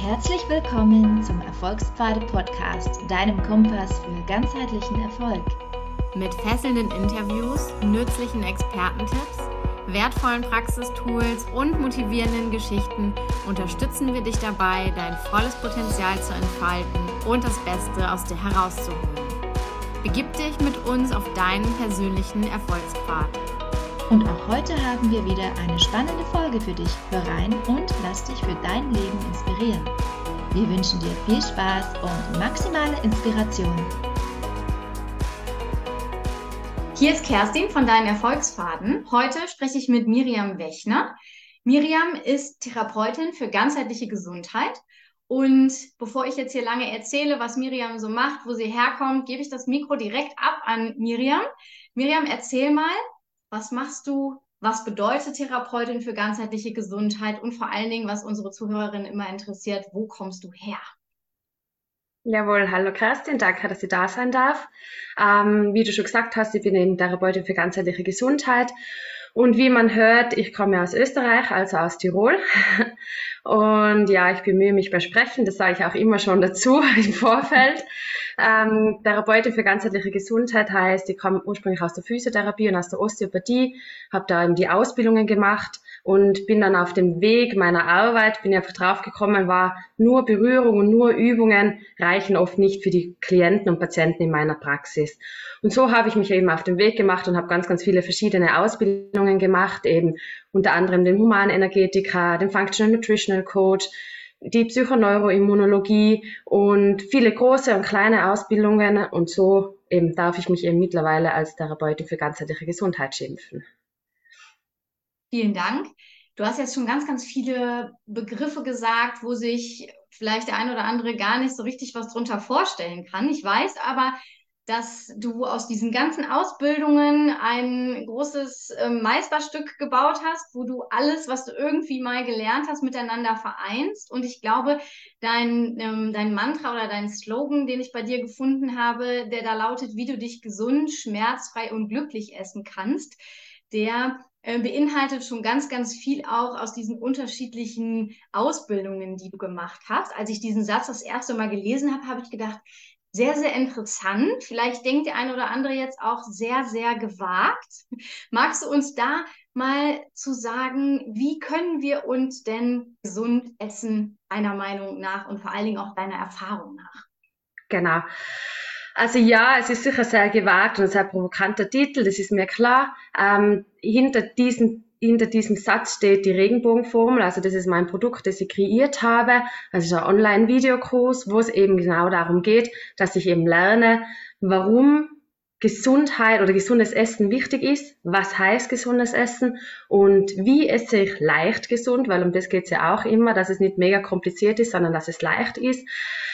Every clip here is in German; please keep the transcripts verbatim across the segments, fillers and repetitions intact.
Herzlich willkommen zum Erfolgspfade-Podcast, deinem Kompass für ganzheitlichen Erfolg. Mit fesselnden Interviews, nützlichen Expertentipps, wertvollen Praxistools und motivierenden Geschichten unterstützen wir dich dabei, dein volles Potenzial zu entfalten und das Beste aus dir herauszuholen. Begib dich mit uns auf deinen persönlichen Erfolgspfad. Und auch heute haben wir wieder eine spannende Folge für dich. Hör rein und lass dich für dein Leben inspirieren. Wir wünschen dir viel Spaß und maximale Inspiration. Hier ist Kerstin von Deinen Erfolgspfaden. Heute spreche ich mit Miriam Wechner. Miriam ist Therapeutin für ganzheitliche Gesundheit. Und bevor ich jetzt hier lange erzähle, was Miriam so macht, wo sie herkommt, gebe ich das Mikro direkt ab an Miriam. Miriam, erzähl mal, was machst du? Was bedeutet Therapeutin für ganzheitliche Gesundheit? Und vor allen Dingen, was unsere Zuhörerinnen immer interessiert, wo kommst du her? Jawohl, hallo Kerstin, danke, dass ich da sein darf. Ähm, wie du schon gesagt hast, ich bin eben Therapeutin für ganzheitliche Gesundheit. Und wie man hört, ich komme aus Österreich, also aus Tirol. Und ja, ich bemühe mich bei Sprechen, das sage ich auch immer schon dazu im Vorfeld. Ähm, Therapeutin für ganzheitliche Gesundheit heißt, ich komme ursprünglich aus der Physiotherapie und aus der Osteopathie, habe da eben die Ausbildungen gemacht und bin dann auf dem Weg meiner Arbeit, bin einfach drauf gekommen, war nur Berührung und nur Übungen reichen oft nicht für die Klienten und Patienten in meiner Praxis. Und so habe ich mich eben auf den Weg gemacht und habe ganz, ganz viele verschiedene Ausbildungen gemacht, eben unter anderem den Humanenergetiker, den Functional Nutritional Coach, die Psychoneuroimmunologie und viele große und kleine Ausbildungen. Und so eben darf ich mich eben mittlerweile als Therapeutin für ganzheitliche Gesundheit schimpfen. Vielen Dank. Du hast jetzt schon ganz, ganz viele Begriffe gesagt, wo sich vielleicht der ein oder andere gar nicht so richtig was drunter vorstellen kann. Ich weiß aber, dass du aus diesen ganzen Ausbildungen ein großes äh, Meisterstück gebaut hast, wo du alles, was du irgendwie mal gelernt hast, miteinander vereinst. Und ich glaube, dein, ähm, dein Mantra oder dein Slogan, den ich bei dir gefunden habe, der da lautet, wie du dich gesund, schmerzfrei und glücklich essen kannst, der äh, beinhaltet schon ganz, ganz viel auch aus diesen unterschiedlichen Ausbildungen, die du gemacht hast. Als ich diesen Satz das erste Mal gelesen habe, habe ich gedacht, sehr, sehr interessant. Vielleicht denkt der eine oder andere jetzt auch sehr, sehr gewagt. Magst du uns da mal zu sagen, wie können wir uns denn gesund essen, deiner Meinung nach und vor allen Dingen auch deiner Erfahrung nach? Genau. Also ja, es ist sicher sehr gewagt und ein sehr provokanter Titel, das ist mir klar. Ähm, hinter diesem Hinter diesem Satz steht die Regenbogenformel, also das ist mein Produkt, das ich kreiert habe. Also ein Online-Videokurs, wo es eben genau darum geht, dass ich eben lerne, warum Gesundheit oder gesundes Essen wichtig ist, was heißt gesundes Essen und wie esse ich leicht gesund, weil um das geht es ja auch immer, dass es nicht mega kompliziert ist, sondern dass es leicht ist.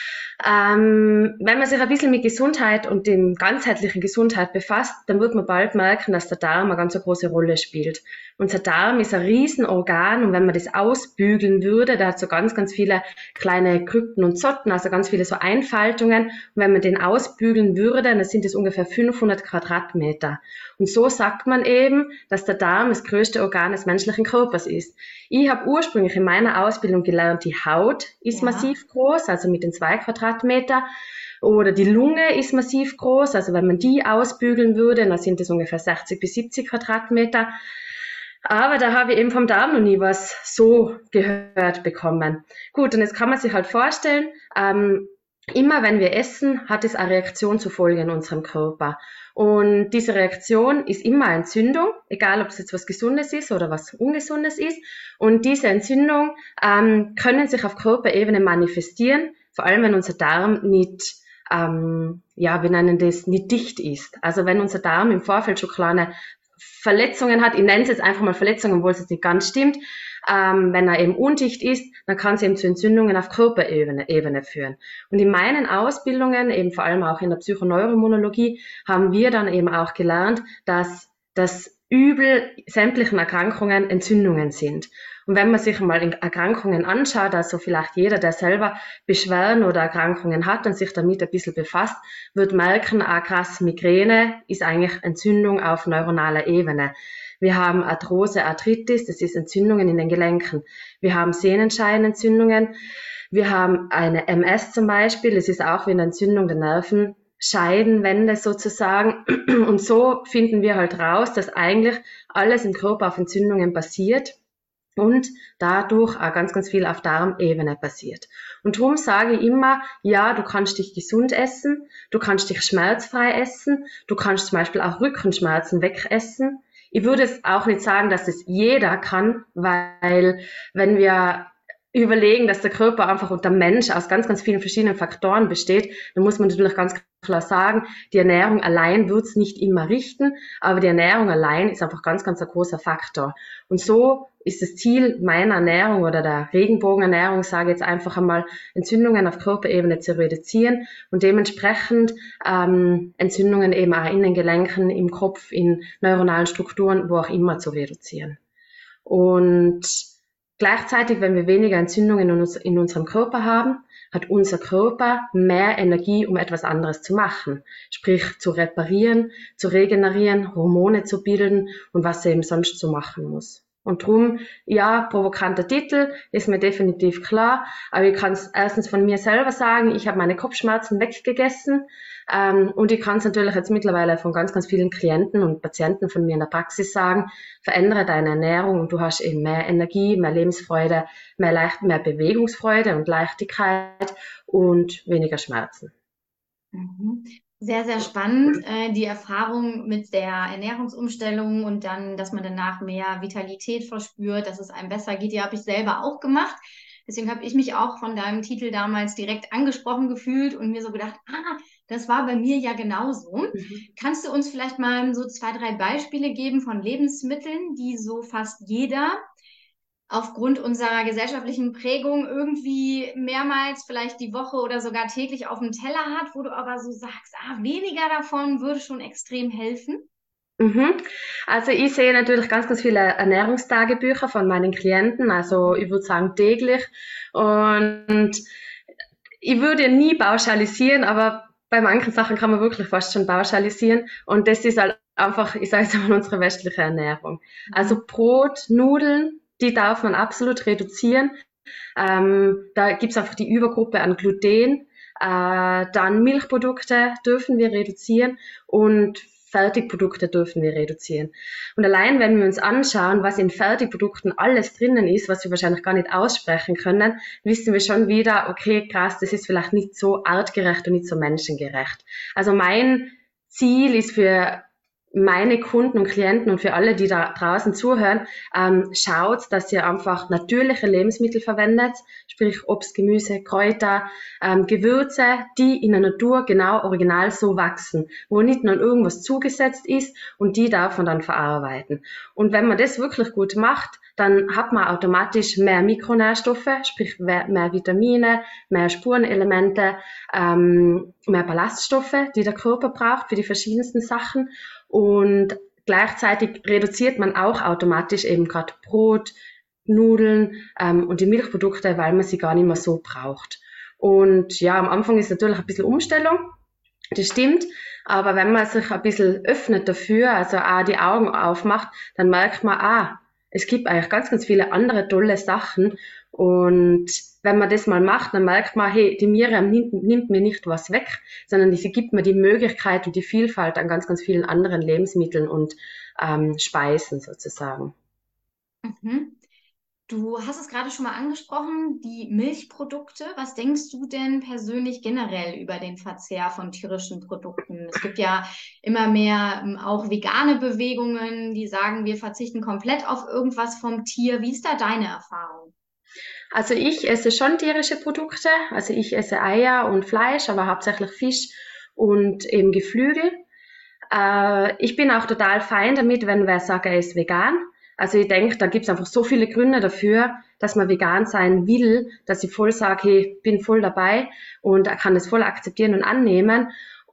Ähm, wenn man sich ein bisschen mit Gesundheit und dem ganzheitlichen Gesundheit befasst, dann wird man bald merken, dass der Darm eine ganz große Rolle spielt. Unser Darm ist ein Riesenorgan und wenn man das ausbügeln würde, da hat so ganz, ganz viele kleine Krypten und Zotten, also ganz viele so Einfaltungen. Und wenn man den ausbügeln würde, dann sind es ungefähr fünfhundert Quadratmeter. Und so sagt man eben, dass der Darm das größte Organ des menschlichen Körpers ist. Ich habe ursprünglich in meiner Ausbildung gelernt, die Haut ist ja massiv groß, also mit den zwei Quadratmeter. Oder die Lunge ist massiv groß, also wenn man die ausbügeln würde, dann sind es ungefähr sechzig bis siebzig Quadratmeter. Aber da habe ich eben vom Darm noch nie was so gehört bekommen. Gut, und jetzt kann man sich halt vorstellen, ähm, immer wenn wir essen, hat es eine Reaktion zur Folge in unserem Körper. Und diese Reaktion ist immer eine Entzündung, egal ob es jetzt was Gesundes ist oder was Ungesundes ist. Und diese Entzündung ähm, können sich auf Körperebene manifestieren, vor allem wenn unser Darm nicht, ähm, ja, wir nennen das, nicht dicht ist. Also wenn unser Darm im Vorfeld schon kleine Verletzungen hat, ich nenne es jetzt einfach mal Verletzungen, obwohl es jetzt nicht ganz stimmt, ähm, wenn er eben undicht ist, dann kann es eben zu Entzündungen auf Körperebene Ebene führen. Und in meinen Ausbildungen, eben vor allem auch in der Psychoneuroimmunologie, haben wir dann eben auch gelernt, dass das Übel sämtlichen Erkrankungen Entzündungen sind. Und wenn man sich mal Erkrankungen anschaut, also vielleicht jeder, der selber Beschwerden oder Erkrankungen hat und sich damit ein bisschen befasst, wird merken, ah krass, Migräne ist eigentlich Entzündung auf neuronaler Ebene. Wir haben Arthrose, Arthritis, das ist Entzündungen in den Gelenken. Wir haben Sehnenscheidenentzündungen. Wir haben eine M S zum Beispiel, das ist auch wie eine Entzündung der Nervenscheidenwände sozusagen. Und so finden wir halt raus, dass eigentlich alles im Körper auf Entzündungen basiert und dadurch auch ganz, ganz viel auf Darmebene passiert. Und darum sage ich immer, ja, du kannst dich gesund essen, du kannst dich schmerzfrei essen, du kannst zum Beispiel auch Rückenschmerzen wegessen. Ich würde es auch nicht sagen, dass es jeder kann, weil wenn wir überlegen, dass der Körper einfach und der Mensch aus ganz, ganz vielen verschiedenen Faktoren besteht, dann muss man natürlich ganz klar sagen, die Ernährung allein wird es nicht immer richten, aber die Ernährung allein ist einfach ganz, ganz ein großer Faktor. Und so ist das Ziel meiner Ernährung oder der Regenbogenernährung, sage ich jetzt einfach einmal, Entzündungen auf Körperebene zu reduzieren und dementsprechend ähm, Entzündungen eben auch in den Gelenken, im Kopf, in neuronalen Strukturen, wo auch immer zu reduzieren. Und gleichzeitig, wenn wir weniger Entzündungen in, uns, in unserem Körper haben, hat unser Körper mehr Energie, um etwas anderes zu machen. Sprich, zu reparieren, zu regenerieren, Hormone zu bilden und was er eben sonst so machen muss. Und drum, ja, provokanter Titel, ist mir definitiv klar. Aber ich kann es erstens von mir selber sagen, ich habe meine Kopfschmerzen weggegessen. Ähm, und ich kann es natürlich jetzt mittlerweile von ganz, ganz vielen Klienten und Patienten von mir in der Praxis sagen, verändere deine Ernährung und du hast eben mehr Energie, mehr Lebensfreude, mehr, Leicht, mehr Bewegungsfreude und Leichtigkeit und weniger Schmerzen. Mhm. Sehr, sehr spannend, äh, die Erfahrung mit der Ernährungsumstellung und dann, dass man danach mehr Vitalität verspürt, dass es einem besser geht. Die habe ich selber auch gemacht. Deswegen habe ich mich auch von deinem Titel damals direkt angesprochen gefühlt und mir so gedacht, ah, das war bei mir ja genauso. Mhm. Kannst du uns vielleicht mal so zwei, drei Beispiele geben von Lebensmitteln, die so fast jeder aufgrund unserer gesellschaftlichen Prägung irgendwie mehrmals vielleicht die Woche oder sogar täglich auf dem Teller hat, wo du aber so sagst, ah, weniger davon würde schon extrem helfen? Mhm. Also ich sehe natürlich ganz, ganz viele Ernährungstagebücher von meinen Klienten, also ich würde sagen täglich, und ich würde nie pauschalisieren, aber bei manchen Sachen kann man wirklich fast schon pauschalisieren und das ist halt einfach, ich sage jetzt mal, unsere westliche Ernährung. Also Brot, Nudeln, die darf man absolut reduzieren. Ähm, da gibt's einfach die Übergruppe an Gluten. Äh, dann Milchprodukte dürfen wir reduzieren und Fertigprodukte dürfen wir reduzieren. Und allein, wenn wir uns anschauen, was in Fertigprodukten alles drinnen ist, was wir wahrscheinlich gar nicht aussprechen können, wissen wir schon wieder, okay, krass, das ist vielleicht nicht so artgerecht und nicht so menschengerecht. Also mein Ziel ist für meine Kunden und Klienten und für alle, die da draußen zuhören, ähm, schaut, dass ihr einfach natürliche Lebensmittel verwendet, sprich Obst, Gemüse, Kräuter, ähm, Gewürze, die in der Natur genau original so wachsen, wo nicht noch irgendwas zugesetzt ist und die darf man dann verarbeiten. Und wenn man das wirklich gut macht, dann hat man automatisch mehr Mikronährstoffe, sprich mehr Vitamine, mehr Spurenelemente, ähm, mehr Ballaststoffe, die der Körper braucht für die verschiedensten Sachen. Und gleichzeitig reduziert man auch automatisch eben gerade Brot, Nudeln ähm, und die Milchprodukte, weil man sie gar nicht mehr so braucht. Und ja, am Anfang ist natürlich ein bisschen Umstellung, das stimmt, aber wenn man sich ein bisschen öffnet dafür, also auch die Augen aufmacht, dann merkt man, ah, es gibt eigentlich ganz, ganz viele andere tolle Sachen und wenn man das mal macht, dann merkt man, hey, die Miriam nimmt, nimmt mir nicht was weg, sondern sie gibt mir die Möglichkeit und die Vielfalt an ganz, ganz vielen anderen Lebensmitteln und ähm, Speisen sozusagen. Mhm. Du hast es gerade schon mal angesprochen, die Milchprodukte. Was denkst du denn persönlich generell über den Verzehr von tierischen Produkten? Es gibt ja immer mehr ähm, auch vegane Bewegungen, die sagen, wir verzichten komplett auf irgendwas vom Tier. Wie ist da deine Erfahrung? Also ich esse schon tierische Produkte. Also ich esse Eier und Fleisch, aber hauptsächlich Fisch und eben Geflügel. Äh, ich bin auch total fein damit, wenn wer sagt, er ist vegan. Also ich denke, da gibt's einfach so viele Gründe dafür, dass man vegan sein will, dass ich voll sage, hey, bin voll dabei und kann das voll akzeptieren und annehmen.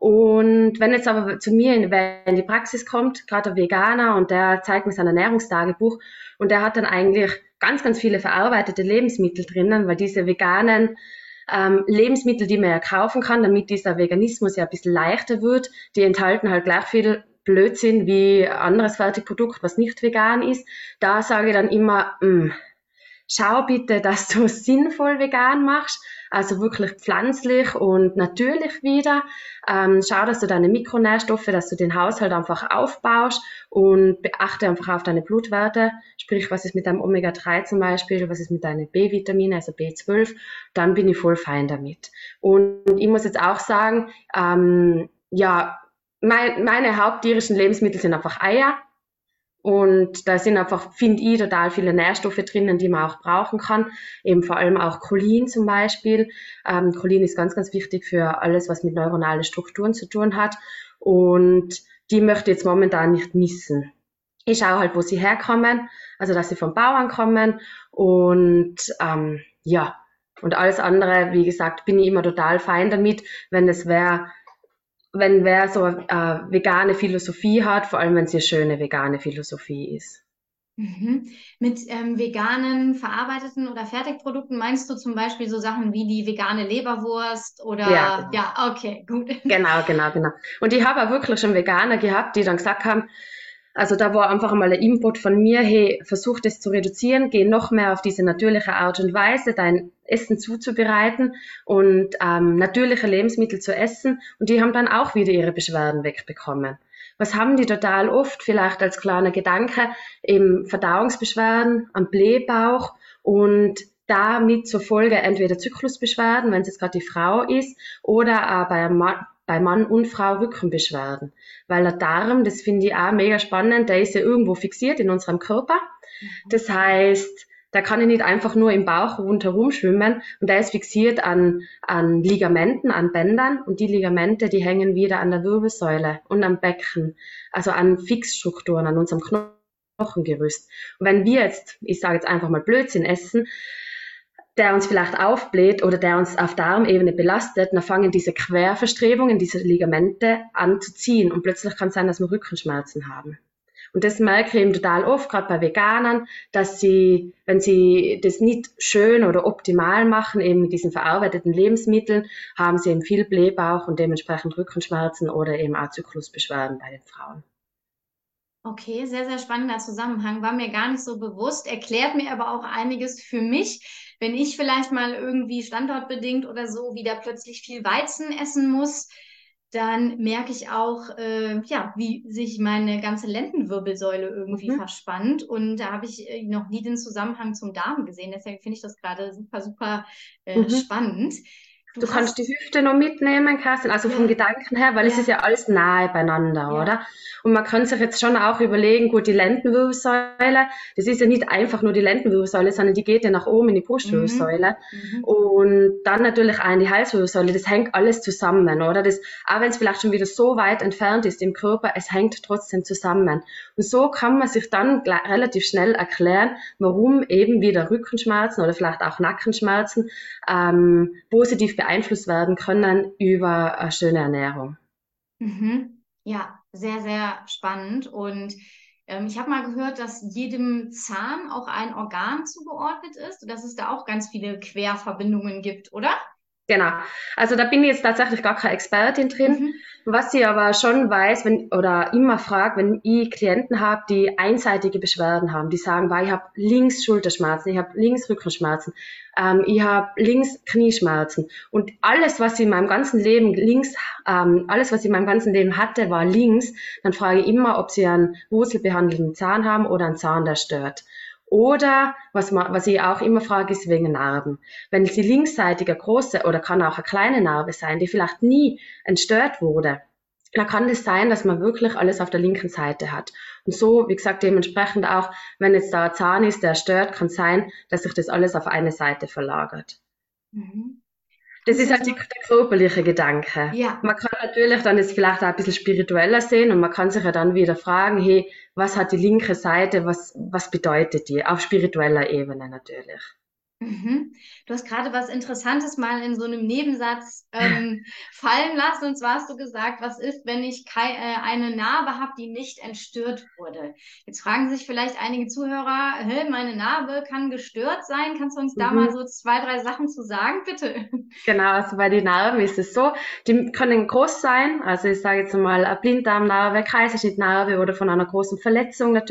Und wenn jetzt aber zu mir in, in die Praxis kommt, gerade ein Veganer, und der zeigt mir sein Ernährungstagebuch und der hat dann eigentlich ganz, ganz viele verarbeitete Lebensmittel drinnen, weil diese veganen ähm, Lebensmittel, die man ja kaufen kann, damit dieser Veganismus ja ein bisschen leichter wird, die enthalten halt gleich viel Blödsinn wie anderes Fertigprodukt, was nicht vegan ist. Da sage ich dann immer, mh, schau bitte, dass du es sinnvoll vegan machst, also wirklich pflanzlich und natürlich wieder. Ähm, schau, dass du deine Mikronährstoffe, dass du den Haushalt einfach aufbaust und beachte einfach auf deine Blutwerte, sprich, was ist mit deinem Omega drei zum Beispiel, was ist mit deinen B-Vitaminen, also B zwölf, dann bin ich voll fein damit. Und ich muss jetzt auch sagen, ähm, ja, mein, meine haupttierischen Lebensmittel sind einfach Eier. Und da sind einfach, finde ich, total viele Nährstoffe drinnen, die man auch brauchen kann. Eben vor allem auch Cholin zum Beispiel. Ähm, Cholin ist ganz, ganz wichtig für alles, was mit neuronalen Strukturen zu tun hat. Und die möchte ich jetzt momentan nicht missen. Ich schaue halt, wo sie herkommen, also dass sie vom Bauern kommen. Und ähm, ja, und alles andere, wie gesagt, bin ich immer total fein damit, wenn es wäre, wenn wer so eine äh, vegane Philosophie hat, vor allem wenn es eine schöne vegane Philosophie ist. Mhm. Mit ähm, veganen, verarbeiteten oder Fertigprodukten meinst du zum Beispiel so Sachen wie die vegane Leberwurst oder Ja, genau. ja, okay, gut. Genau, genau, genau. Und ich habe auch wirklich schon Veganer gehabt, die dann gesagt haben, also da war einfach mal ein Input von mir, hey, versuch das zu reduzieren, geh noch mehr auf diese natürliche Art und Weise, dein Essen zuzubereiten und ähm, natürliche Lebensmittel zu essen. Und die haben dann auch wieder ihre Beschwerden wegbekommen. Was haben die total oft? Vielleicht als kleiner Gedanke, eben Verdauungsbeschwerden am Blähbauch und damit zur Folge entweder Zyklusbeschwerden, wenn es jetzt gerade die Frau ist, oder auch bei einem Mann, bei Mann und Frau Rückenbeschwerden. Weil der Darm, das finde ich auch mega spannend, der ist ja irgendwo fixiert in unserem Körper. Das heißt, da kann ich nicht einfach nur im Bauch rundherum schwimmen und der ist fixiert an, an Ligamenten, an Bändern und die Ligamente, die hängen wieder an der Wirbelsäule und am Becken, also an Fixstrukturen, an unserem Knochengerüst. Und wenn wir jetzt, ich sage jetzt einfach mal Blödsinn essen, der uns vielleicht aufbläht oder der uns auf Darmebene belastet, dann fangen diese Querverstrebungen, diese Ligamente an zu ziehen und plötzlich kann es sein, dass wir Rückenschmerzen haben. Und das merke ich eben total oft, gerade bei Veganern, dass sie, wenn sie das nicht schön oder optimal machen, eben mit diesen verarbeiteten Lebensmitteln, haben sie eben viel Blähbauch und dementsprechend Rückenschmerzen oder eben auch Zyklusbeschwerden bei den Frauen. Okay, sehr, sehr spannender Zusammenhang. War mir gar nicht so bewusst, erklärt mir aber auch einiges für mich, wenn ich vielleicht mal irgendwie standortbedingt oder so wieder plötzlich viel Weizen essen muss, dann merke ich auch, äh, ja, wie sich meine ganze Lendenwirbelsäule irgendwie Mhm. verspannt. Und da habe ich äh, noch nie den Zusammenhang zum Darm gesehen. Deswegen finde ich das gerade super, super äh, Mhm. spannend. Du, Du hast, kannst die Hüfte noch mitnehmen, Kerstin, also Ja. vom Gedanken her, weil es Ja. ist ja alles nahe beieinander, Ja. oder? Und man kann sich jetzt schon auch überlegen, gut, die Lendenwirbelsäule, das ist ja nicht einfach nur die Lendenwirbelsäule, sondern die geht ja nach oben in die Brustwirbelsäule. Mhm. Und dann natürlich auch in die Halswirbelsäule, das hängt alles zusammen, oder? Das, auch wenn es vielleicht schon wieder so weit entfernt ist im Körper, es hängt trotzdem zusammen. Und so kann man sich dann gleich, relativ schnell erklären, warum eben wieder Rückenschmerzen oder vielleicht auch Nackenschmerzen ähm, positiv beeinflusst werden können über eine schöne Ernährung. Mhm. Ja, sehr, sehr spannend. Und ähm, ich habe mal gehört, dass jedem Zahn auch ein Organ zugeordnet ist und dass es da auch ganz viele Querverbindungen gibt, oder? Genau. Also da bin ich jetzt tatsächlich gar keine Expertin drin. Mhm. Was ich aber schon weiß, wenn oder immer frage, wenn ich Klienten habe, die einseitige Beschwerden haben, die sagen, weil ich habe links Schulterschmerzen, ich habe links Rückenschmerzen, ähm, ich habe links Knieschmerzen und alles, was ich in meinem ganzen Leben links, ähm, alles, was ich in meinem ganzen Leben hatte, war links, dann frage ich immer, ob sie einen wurzelbehandelten Zahn haben oder einen Zahn, der stört. Oder, was, man, was ich auch immer frage, ist wegen Narben. Wenn sie linksseitig eine große oder kann auch eine kleine Narbe sein, die vielleicht nie entstört wurde, dann kann es sein, dass man wirklich alles auf der linken Seite hat. Und so, wie gesagt, dementsprechend auch, wenn jetzt da ein Zahn ist, der stört, kann sein, dass sich das alles auf eine Seite verlagert. Mhm. Das ist halt die, der körperliche Gedanke. Ja. Man kann natürlich dann das vielleicht auch ein bisschen spiritueller sehen und man kann sich ja dann wieder fragen, hey, was hat die linke Seite, was, was bedeutet die? Auf spiritueller Ebene natürlich. Mhm. Du hast gerade was Interessantes mal in so einem Nebensatz ähm, fallen lassen. Und zwar hast du gesagt, was ist, wenn ich kei äh, eine Narbe habe, die nicht entstört wurde? Jetzt fragen sich vielleicht einige Zuhörer, hä, meine Narbe kann gestört sein. Kannst du uns da Mhm. mal so zwei, drei Sachen zu sagen, bitte? Genau, also bei den Narben ist es so, die können groß sein, also ich sage jetzt mal eine Blinddarmnarbe, Kaiserschnittnarbe oder von einer großen Verletzung natürlich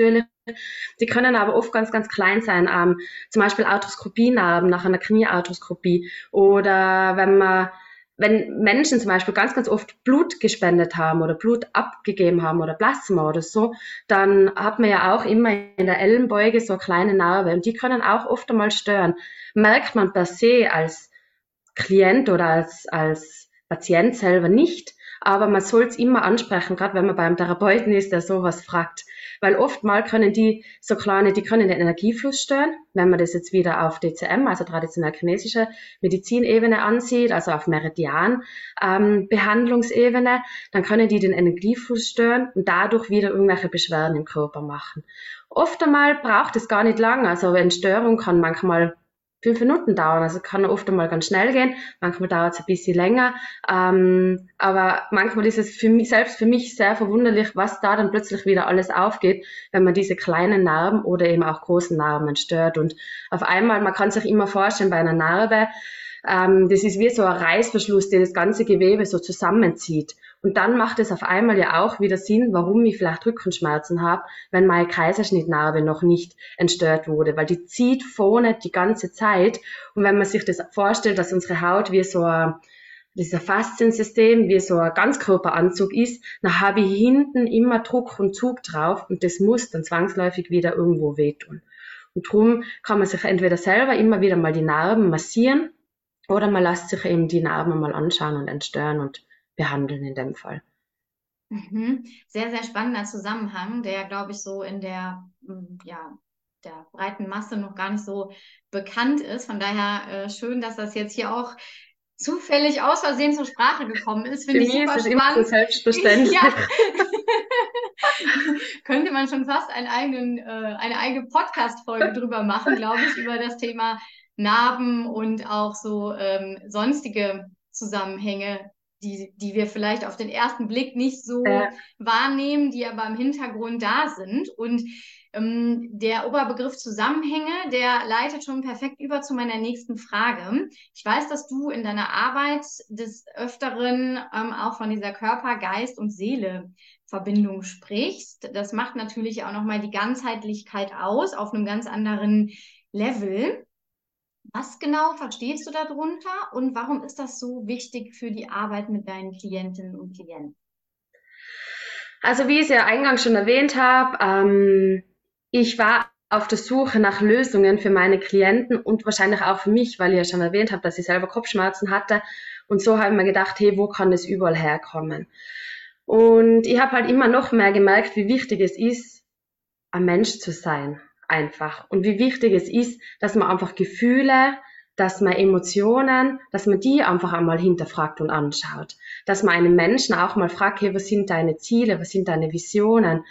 Die können aber oft ganz, ganz klein sein, ähm, zum Beispiel Arthroskopienarben nach einer Kniearthroskopie oder wenn man wenn Menschen zum Beispiel ganz, ganz oft Blut gespendet haben oder Blut abgegeben haben oder Plasma oder so, dann hat man ja auch immer in der Ellenbeuge so kleine Narbe und die können auch oft einmal stören. Merkt man per se als Klient oder als, als Patient selber nicht, aber man soll es immer ansprechen, gerade wenn man beim Therapeuten ist, der sowas fragt. Weil oftmals können die so kleine, die können den Energiefluss stören, wenn man das jetzt wieder auf D C M, also traditionell chinesische Medizinebene ansieht, also auf Meridian ähm, Behandlungsebene, dann können die den Energiefluss stören und dadurch wieder irgendwelche Beschwerden im Körper machen. Oft einmal braucht es gar nicht lang, also eine Störung kann manchmal fünf Minuten dauern, also kann oft einmal ganz schnell gehen, manchmal dauert es ein bisschen länger, ähm, aber manchmal ist es für mich, selbst für mich sehr verwunderlich, was da dann plötzlich wieder alles aufgeht, wenn man diese kleinen Narben oder eben auch großen Narben stört und auf einmal, man kann sich immer vorstellen, bei einer Narbe, ähm, das ist wie so ein Reißverschluss, der das ganze Gewebe so zusammenzieht. Und dann macht es auf einmal ja auch wieder Sinn, warum ich vielleicht Rückenschmerzen habe, wenn meine Kaiserschnittnarbe noch nicht entstört wurde, weil die zieht vorne die ganze Zeit. Und wenn man sich das vorstellt, dass unsere Haut wie so ein, dieser Fasziensystem, wie so ein Ganzkörperanzug ist, dann habe ich hinten immer Druck und Zug drauf und das muss dann zwangsläufig wieder irgendwo wehtun. Und darum kann man sich entweder selber immer wieder mal die Narben massieren oder man lässt sich eben die Narben mal anschauen und entstören und behandeln in dem Fall. Mhm. Sehr, sehr spannender Zusammenhang, der, glaube ich, so in der, ja, der breiten Masse noch gar nicht so bekannt ist. Von daher äh, schön, dass das jetzt hier auch zufällig aus Versehen zur Sprache gekommen ist. Finde ich super spannend. Für mich ist es spannend. immer so selbstverständlich. Ja. Könnte man schon fast einen eigenen, äh, eine eigene Podcast-Folge drüber machen, glaube ich, über das Thema Narben und auch so ähm, sonstige Zusammenhänge, die, die wir vielleicht auf den ersten Blick nicht so äh, wahrnehmen, die aber im Hintergrund da sind. Und ähm, der Oberbegriff Zusammenhänge, der leitet schon perfekt über zu meiner nächsten Frage. Ich weiß, dass du in deiner Arbeit des Öfteren ähm, auch von dieser Körper, Geist und Seele Verbindung sprichst. Das macht natürlich auch nochmal die Ganzheitlichkeit aus, auf einem ganz anderen Level. Was genau verstehst du darunter und warum ist das so wichtig für die Arbeit mit deinen Klientinnen und Klienten? Also wie ich es ja eingangs schon erwähnt habe, ähm, ich war auf der Suche nach Lösungen für meine Klienten und wahrscheinlich auch für mich, weil ich ja schon erwähnt habe, dass ich selber Kopfschmerzen hatte. Und so habe ich mir gedacht, hey, wo kann das überall herkommen? Und ich habe halt immer noch mehr gemerkt, wie wichtig es ist, ein Mensch zu sein. Einfach. Und wie wichtig es ist, dass man einfach Gefühle, dass man Emotionen, dass man die einfach einmal hinterfragt und anschaut. Dass man einen Menschen auch mal fragt, hey, was sind deine Ziele, was sind deine Visionen?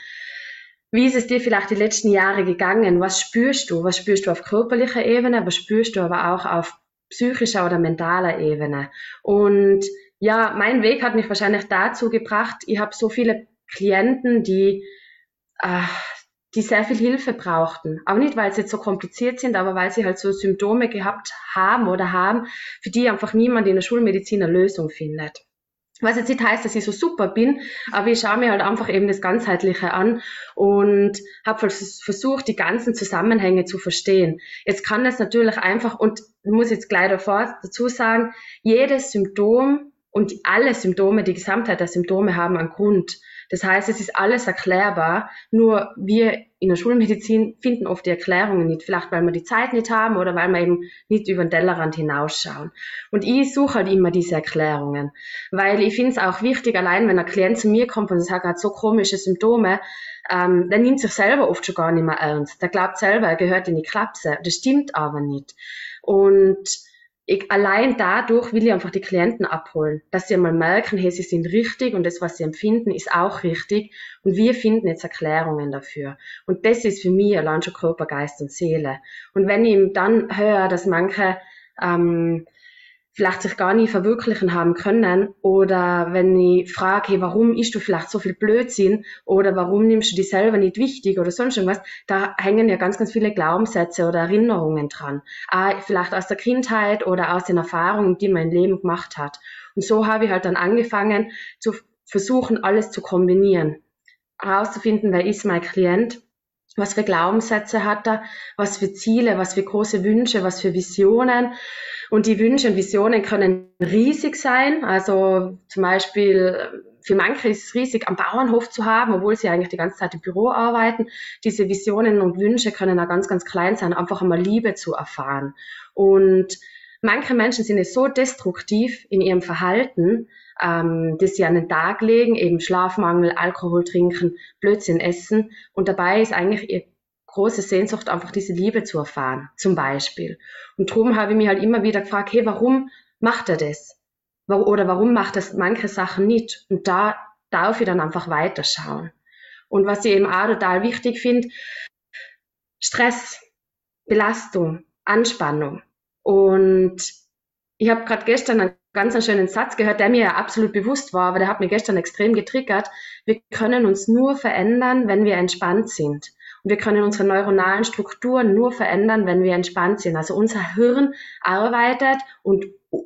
Wie ist es dir vielleicht die letzten Jahre gegangen? Was spürst du? Was spürst du auf körperlicher Ebene? Was spürst du aber auch auf psychischer oder mentaler Ebene? Und ja, mein Weg hat mich wahrscheinlich dazu gebracht, ich habe so viele Klienten, die äh, die sehr viel Hilfe brauchten. Aber nicht, weil sie jetzt so kompliziert sind, aber weil sie halt so Symptome gehabt haben oder haben, für die einfach niemand in der Schulmedizin eine Lösung findet. Was jetzt nicht heißt, dass ich so super bin, aber ich schaue mir halt einfach eben das Ganzheitliche an und habe versucht, die ganzen Zusammenhänge zu verstehen. Jetzt kann das natürlich einfach, und ich muss jetzt gleich davor dazu sagen, jedes Symptom und alle Symptome, die Gesamtheit der Symptome haben einen Grund. Das heißt, es ist alles erklärbar, nur wir in der Schulmedizin finden oft die Erklärungen nicht, vielleicht weil wir die Zeit nicht haben oder weil wir eben nicht über den Tellerrand hinausschauen. Und ich suche halt immer diese Erklärungen, weil ich finde es auch wichtig, allein wenn ein Klient zu mir kommt und sagt, er hat so komische Symptome, ähm, der nimmt sich selber oft schon gar nicht mehr ernst. Der glaubt selber, er gehört in die Klapse. Das stimmt aber nicht. Und Ich, allein dadurch will ich einfach die Klienten abholen, dass sie einmal merken, hey, sie sind richtig und das, was sie empfinden, ist auch richtig und wir finden jetzt Erklärungen dafür. Und das ist für mich allein schon Körper, Geist und Seele. Und wenn ich dann höre, dass manche ähm, vielleicht sich gar nie verwirklichen haben können oder wenn ich frage, hey, warum isst du vielleicht so viel Blödsinn oder warum nimmst du dich selber nicht wichtig oder sonst irgendwas, da hängen ja ganz, ganz viele Glaubenssätze oder Erinnerungen dran. Ah, vielleicht aus der Kindheit oder aus den Erfahrungen, die man im Leben gemacht hat. Und so habe ich halt dann angefangen zu versuchen, alles zu kombinieren, herauszufinden, wer ist mein Klient, Was für Glaubenssätze hat er? Was für Ziele? Was für große Wünsche? Was für Visionen? Und die Wünsche und Visionen können riesig sein. Also zum Beispiel für manche ist es riesig, am Bauernhof zu haben, obwohl sie eigentlich die ganze Zeit im Büro arbeiten. Diese Visionen und Wünsche können auch ganz, ganz klein sein, einfach einmal Liebe zu erfahren. Und manche Menschen sind so destruktiv in ihrem Verhalten, ähm, dass sie an den Tag legen, eben Schlafmangel, Alkohol trinken, Blödsinn essen. Und dabei ist eigentlich ihr große Sehnsucht, einfach diese Liebe zu erfahren, zum Beispiel. Und darum habe ich mich halt immer wieder gefragt, hey, warum macht er das? Oder warum macht er manche Sachen nicht? Und da darf ich dann einfach weiterschauen. Und was ich eben auch total wichtig finde, Stress, Belastung, Anspannung. Und ich habe gerade gestern einen ganz einen schönen Satz gehört, der mir ja absolut bewusst war, aber der hat mir gestern extrem getriggert. Wir können uns nur verändern, wenn wir entspannt sind. Und wir können unsere neuronalen Strukturen nur verändern, wenn wir entspannt sind. Also unser Hirn arbeitet und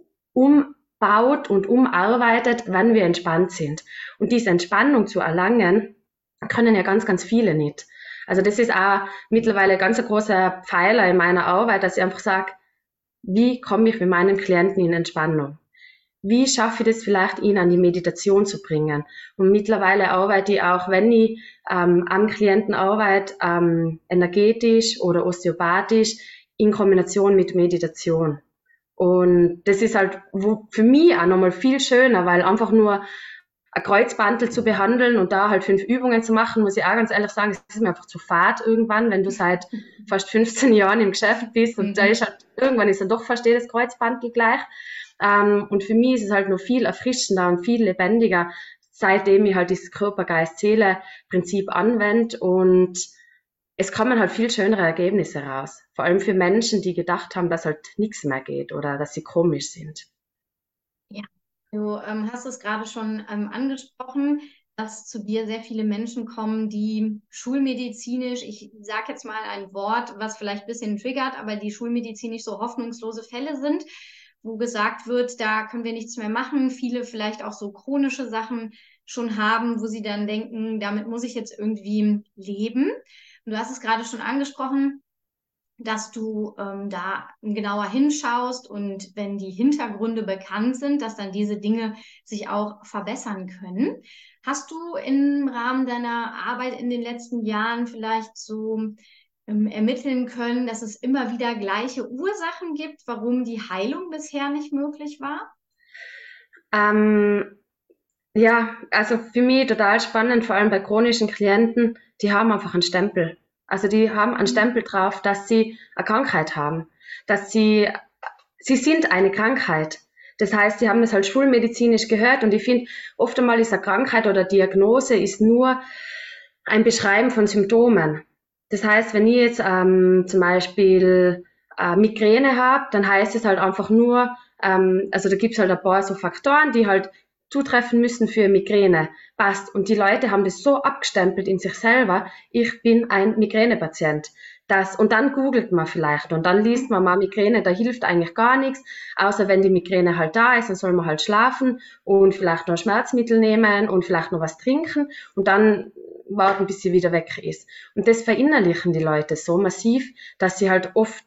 umbaut und umarbeitet, wenn wir entspannt sind. Und diese Entspannung zu erlangen, können ja ganz, ganz viele nicht. Also das ist auch mittlerweile ganz ein großer Pfeiler in meiner Arbeit, dass ich einfach sage, wie komme ich mit meinen Klienten in Entspannung? Wie schaffe ich das vielleicht, ihn an die Meditation zu bringen? Und mittlerweile arbeite ich auch, wenn ich ähm, am Klienten arbeite, ähm, energetisch oder osteopathisch in Kombination mit Meditation. Und das ist halt wo, für mich auch nochmal viel schöner, weil einfach nur ein Kreuzbandel zu behandeln und da halt fünf Übungen zu machen, muss ich auch ganz ehrlich sagen, es ist mir einfach zu fad irgendwann, wenn du seit fast fünfzehn Jahren im Geschäft bist und mhm. da ist halt, irgendwann ist dann doch fast jedes Kreuzbandel gleich. Ähm, und für mich ist es halt noch viel erfrischender und viel lebendiger, seitdem ich halt dieses Körper-Geist-Seele-Prinzip anwende, und es kommen halt viel schönere Ergebnisse raus. Vor allem für Menschen, die gedacht haben, dass halt nichts mehr geht oder dass sie komisch sind. Ja, du ähm, hast es gerade schon ähm, angesprochen, dass zu dir sehr viele Menschen kommen, die schulmedizinisch, ich sage jetzt mal ein Wort, was vielleicht ein bisschen triggert, aber die schulmedizinisch so hoffnungslose Fälle sind, wo gesagt wird, da können wir nichts mehr machen. Viele vielleicht auch so chronische Sachen schon haben, wo sie dann denken, damit muss ich jetzt irgendwie leben. Und du hast es gerade schon angesprochen, dass du ähm, da genauer hinschaust und wenn die Hintergründe bekannt sind, dass dann diese Dinge sich auch verbessern können. Hast du im Rahmen deiner Arbeit in den letzten Jahren vielleicht so ähm, ermitteln können, dass es immer wieder gleiche Ursachen gibt, warum die Heilung bisher nicht möglich war? Ähm, ja, also für mich total spannend, vor allem bei chronischen Klienten, die haben einfach einen Stempel. Also die haben einen Stempel drauf, dass sie eine Krankheit haben, dass sie, sie sind eine Krankheit. Das heißt, sie haben das halt schulmedizinisch gehört, und ich finde, oft einmal ist eine Krankheit oder Diagnose ist nur ein Beschreiben von Symptomen. Das heißt, wenn ich jetzt ähm, zum Beispiel äh, Migräne habe, dann heißt es halt einfach nur, ähm, also da gibt es halt ein paar so Faktoren, die halt zutreffen müssen für Migräne. Passt. Und die Leute haben das so abgestempelt in sich selber, ich bin ein Migränepatient. Das, und dann googelt man vielleicht und dann liest man mal Migräne, da hilft eigentlich gar nichts, außer wenn die Migräne halt da ist, dann soll man halt schlafen und vielleicht noch Schmerzmittel nehmen und vielleicht noch was trinken und dann warten, bis sie wieder weg ist. Und das verinnerlichen die Leute so massiv, dass sie halt oft,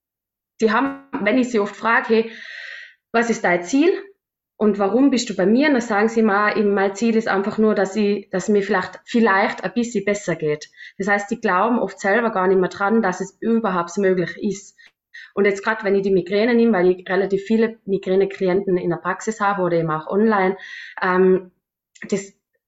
die haben, wenn ich sie oft frage, hey, was ist dein Ziel? Und warum bist du bei mir? Und dann sagen sie mal, mein Ziel ist einfach nur, dass ich, dass mir vielleicht, vielleicht ein bisschen besser geht. Das heißt, die glauben oft selber gar nicht mehr dran, dass es überhaupt möglich ist. Und jetzt gerade, wenn ich die Migräne nehme, weil ich relativ viele Migräne-Klienten in der Praxis habe oder eben auch online, ähm, das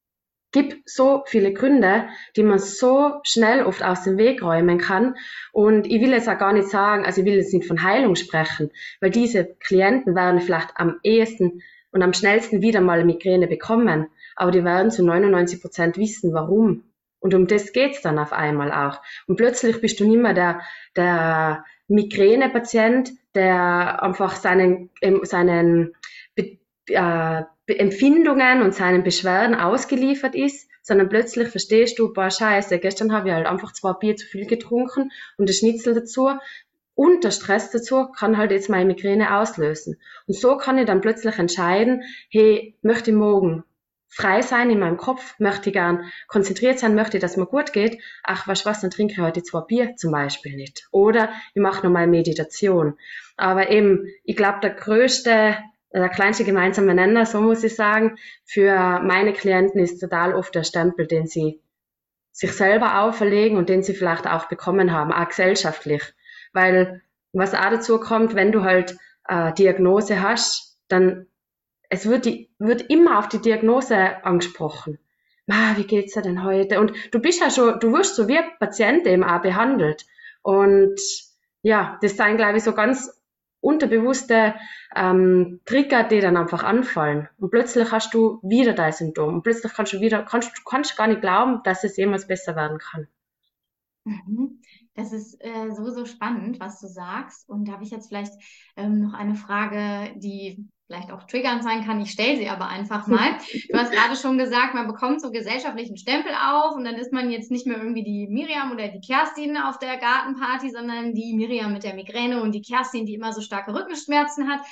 gibt so viele Gründe, die man so schnell oft aus dem Weg räumen kann. Und ich will jetzt auch gar nicht sagen, also ich will jetzt nicht von Heilung sprechen, weil diese Klienten werden vielleicht am ehesten und am schnellsten wieder mal eine Migräne bekommen, aber die werden zu neunundneunzig Prozent wissen, warum. Und um das geht's dann auf einmal auch. Und plötzlich bist du nicht mehr der, der Migränepatient, der einfach seinen, seinen Be äh, Empfindungen und seinen Beschwerden ausgeliefert ist, sondern plötzlich verstehst du, boah, scheiße, gestern habe ich halt einfach zwei Bier zu viel getrunken und das Schnitzel dazu. Und der Stress dazu kann halt jetzt meine Migräne auslösen. Und so kann ich dann plötzlich entscheiden, hey, möchte ich morgen frei sein in meinem Kopf, möchte gern konzentriert sein, möchte, dass mir gut geht. Ach, weißt du was, dann trinke ich heute zwei Bier zum Beispiel nicht. Oder ich mache nochmal Meditation. Aber eben, ich glaube, der größte, der kleinste gemeinsame Nenner, so muss ich sagen, für meine Klienten ist total oft der Stempel, den sie sich selber auferlegen und den sie vielleicht auch bekommen haben, auch gesellschaftlich. Weil was auch dazu kommt, wenn du halt äh, Diagnose hast, dann es wird, die, wird immer auf die Diagnose angesprochen. Ah, wie geht's dir denn heute? Und du bist ja schon, du wirst so wie Patient eben auch behandelt. Und ja, das sind, glaube ich, so ganz unterbewusste ähm, Trigger, die dann einfach anfallen. Und plötzlich hast du wieder dein Symptom. Und plötzlich kannst du wieder, kannst, du kannst gar nicht glauben, dass es jemals besser werden kann. Mhm. Das ist äh, sowieso spannend, was du sagst. Und da habe ich jetzt vielleicht ähm, noch eine Frage, die vielleicht auch triggernd sein kann. Ich stelle sie aber einfach mal. Du hast gerade schon gesagt, man bekommt so gesellschaftlichen Stempel auf und dann ist man jetzt nicht mehr irgendwie die Miriam oder die Kerstin auf der Gartenparty, sondern die Miriam mit der Migräne und die Kerstin, die immer so starke Rückenschmerzen hat.